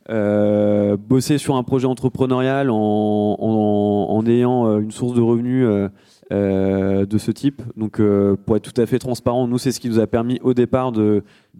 euh, bosser sur un projet entrepreneurial en, en, en ayant une source de revenus euh, euh, de ce type. Donc euh, pour être tout à fait transparent, nous, c'est ce qui nous a permis au départ de,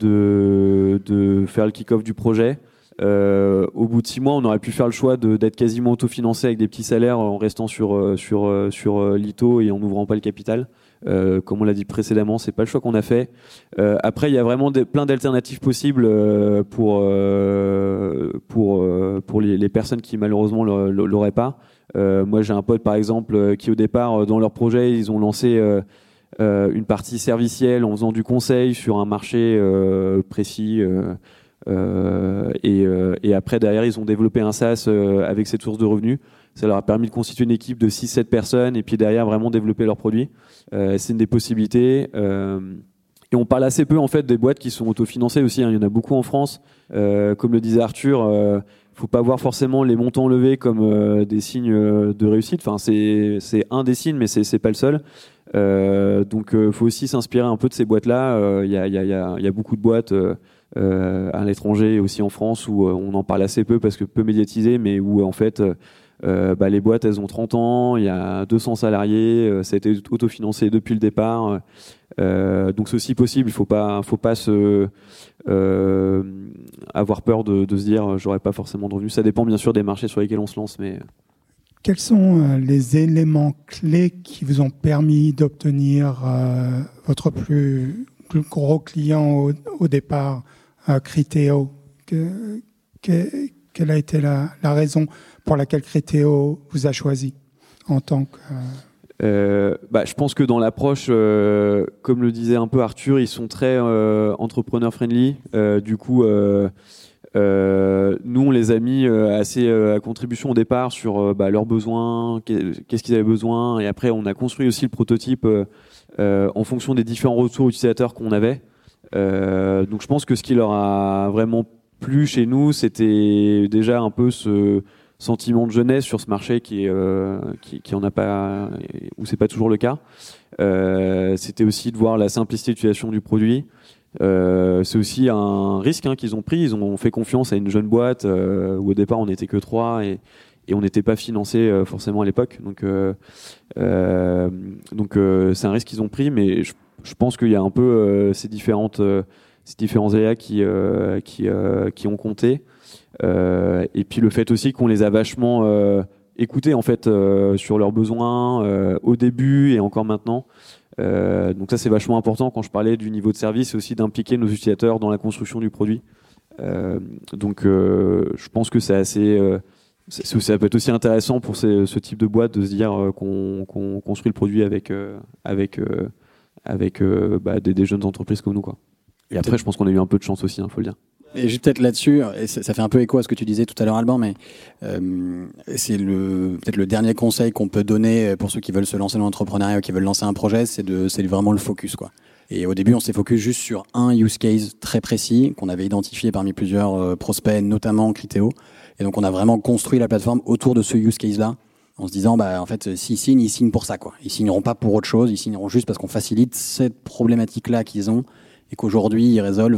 de, de faire le kick-off du projet. Euh, au bout de six mois, on aurait pu faire le choix de, d'être quasiment autofinancé avec des petits salaires en restant sur, sur, sur, sur l'I T O et en n'ouvrant pas le capital. Euh, comme on l'a dit précédemment, c'est pas le choix qu'on a fait. Euh, après, il y a vraiment des, plein d'alternatives possibles euh, pour euh, pour euh, pour les, les personnes qui malheureusement l'auraient pas. Euh, moi, j'ai un pote par exemple qui au départ dans leur projet, ils ont lancé euh, euh, une partie servicielle en faisant du conseil sur un marché euh, précis. Euh, euh, et, euh, et après derrière, ils ont développé un SaaS euh, avec cette source de revenus. Ça leur a permis de constituer une équipe de six sept personnes et puis derrière vraiment développer leurs produits. Euh, c'est une des possibilités. Euh, et on parle assez peu en fait des boîtes qui sont autofinancées aussi, hein. Il y en a beaucoup en France. Euh, comme le disait Arthur, euh, faut pas voir forcément les montants levés comme euh, des signes de réussite. Enfin, c'est, c'est un des signes, mais c'est, c'est pas le seul. Euh, donc, il euh, faut aussi s'inspirer un peu de ces boîtes-là. Il euh, y, y, y, y a beaucoup de boîtes euh, euh, à l'étranger et aussi en France où euh, on en parle assez peu parce que peu médiatisé, mais où en fait... Euh, Euh, bah, les boîtes, elles ont trente ans, il y a deux cents salariés, euh, ça a été autofinancé depuis le départ. Euh, donc c'est aussi possible, il ne faut pas, faut pas se, euh, avoir peur de, de se dire j'aurai pas forcément de revenus. Ça dépend bien sûr des marchés sur lesquels on se lance. Mais... Quels sont euh, les éléments clés qui vous ont permis d'obtenir euh, votre plus, plus gros client au, au départ, euh, Criteo? que, que, Quelle a été la, la raison pour laquelle Criteo vous a choisi en tant que... Euh, bah, je pense que dans l'approche, euh, comme le disait un peu Arthur, ils sont très euh, entrepreneur-friendly. Euh, du coup, euh, euh, nous, on les a mis euh, assez euh, à contribution au départ sur euh, bah, leurs besoins, qu'est-ce qu'ils avaient besoin. Et après, on a construit aussi le prototype euh, euh, en fonction des différents retours utilisateurs qu'on avait. Euh, donc, je pense que ce qui leur a vraiment plu chez nous, c'était déjà un peu ce sentiment de jeunesse sur ce marché qui est euh, qui, qui en a pas, où c'est pas toujours le cas. Euh, c'était aussi de voir la simplicité d'utilisation du produit. Euh, c'est aussi un risque hein, qu'ils ont pris. Ils ont fait confiance à une jeune boîte euh, où au départ on n'était que trois et, et on n'était pas financé euh, forcément à l'époque. Donc euh, euh, donc euh, c'est un risque qu'ils ont pris, mais je, je pense qu'il y a un peu euh, ces différentes euh, ces différents aléas qui euh, qui euh, qui ont compté. Euh, et puis le fait aussi qu'on les a vachement euh, écoutés en fait euh, sur leurs besoins euh, au début et encore maintenant. Euh, donc ça c'est vachement important quand je parlais du niveau de service, c'est aussi d'impliquer nos utilisateurs dans la construction du produit. Euh, donc euh, je pense que c'est assez, euh, c'est, ça peut être aussi intéressant pour ces, ce type de boîte de se dire euh, qu'on, qu'on construit le produit avec euh, avec euh, avec euh, bah, des, des jeunes entreprises comme nous quoi. Et après je pense qu'on a eu un peu de chance aussi, hein, faut le dire. Et juste peut-être là-dessus, et ça fait un peu écho à ce que tu disais tout à l'heure, Alban, mais euh, c'est le, peut-être le dernier conseil qu'on peut donner pour ceux qui veulent se lancer dans l'entrepreneuriat ou qui veulent lancer un projet, c'est, de, c'est vraiment le focus, quoi. Et au début, on s'est focus juste sur un use case très précis qu'on avait identifié parmi plusieurs prospects, notamment Criteo. Et donc, on a vraiment construit la plateforme autour de ce use case-là, en se disant, bah, en fait, s'ils signent, ils signent pour ça, quoi. Ils signeront pas pour autre chose, ils signeront juste parce qu'on facilite cette problématique-là qu'ils ont. Et qu'aujourd'hui, ils résolvent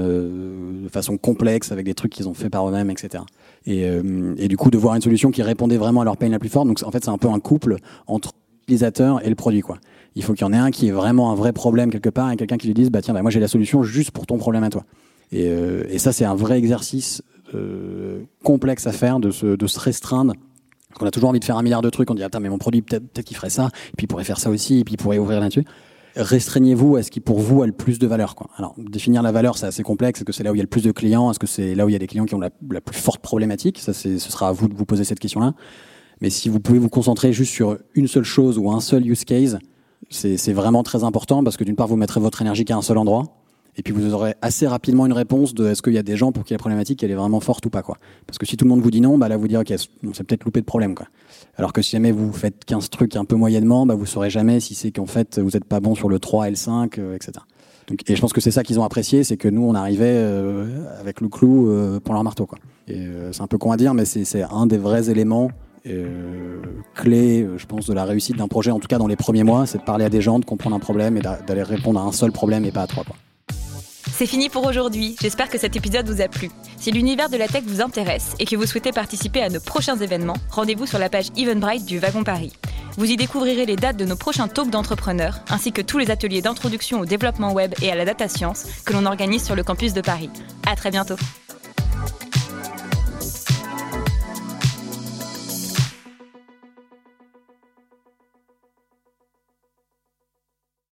euh, de façon complexe avec des trucs qu'ils ont fait par eux-mêmes, et cetera. Et, euh, et du coup, de voir une solution qui répondait vraiment à leur pain la plus forte. Donc, en fait, c'est un peu un couple entre l'utilisateur et le produit, quoi. Il faut qu'il y en ait un qui ait vraiment un vrai problème quelque part et quelqu'un qui lui dise, bah tiens, bah, moi j'ai la solution juste pour ton problème à toi. Et, euh, et ça, c'est un vrai exercice euh, complexe à faire, de se, de se restreindre. On a toujours envie de faire un milliard de trucs. On dit, attends, mais mon produit, peut-être, peut-être qu'il ferait ça, et puis il pourrait faire ça aussi, et puis il pourrait ouvrir là-dessus. Restreignez-vous à ce qui pour vous a le plus de valeur, quoi. Alors définir la valeur, c'est assez complexe. Est-ce que c'est là où il y a le plus de clients? Est-ce que c'est là où il y a des clients qui ont la, la plus forte problématique? Ça, c'est, ce sera à vous de vous poser cette question-là. Mais si vous pouvez vous concentrer juste sur une seule chose ou un seul use case, c'est, c'est vraiment très important parce que d'une part vous mettrez votre énergie qu'à un seul endroit. Et puis vous aurez assez rapidement une réponse de est-ce qu'il y a des gens pour qui la problématique elle est vraiment forte ou pas, quoi. Parce que si tout le monde vous dit non, bah là vous direz ok, on s'est peut-être loupé de problème, quoi. Alors que si jamais vous faites quinze trucs un peu moyennement, bah vous saurez jamais si c'est qu'en fait vous êtes pas bon sur le trois et le cinq, euh, et cetera. Donc, et je pense que c'est ça qu'ils ont apprécié, c'est que nous on arrivait euh, avec le clou euh, pour leur marteau, quoi. Et euh, c'est un peu con à dire, mais c'est, c'est un des vrais éléments euh, clés, euh, je pense, de la réussite d'un projet, en tout cas dans les premiers mois, c'est de parler à des gens, de comprendre un problème et d'aller répondre à un seul problème et pas à trois, quoi. C'est fini pour aujourd'hui, j'espère que cet épisode vous a plu. Si l'univers de la tech vous intéresse et que vous souhaitez participer à nos prochains événements, rendez-vous sur la page Eventbrite du Wagon Paris. Vous y découvrirez les dates de nos prochains talks d'entrepreneurs, ainsi que tous les ateliers d'introduction au développement web et à la data science que l'on organise sur le campus de Paris. À très bientôt.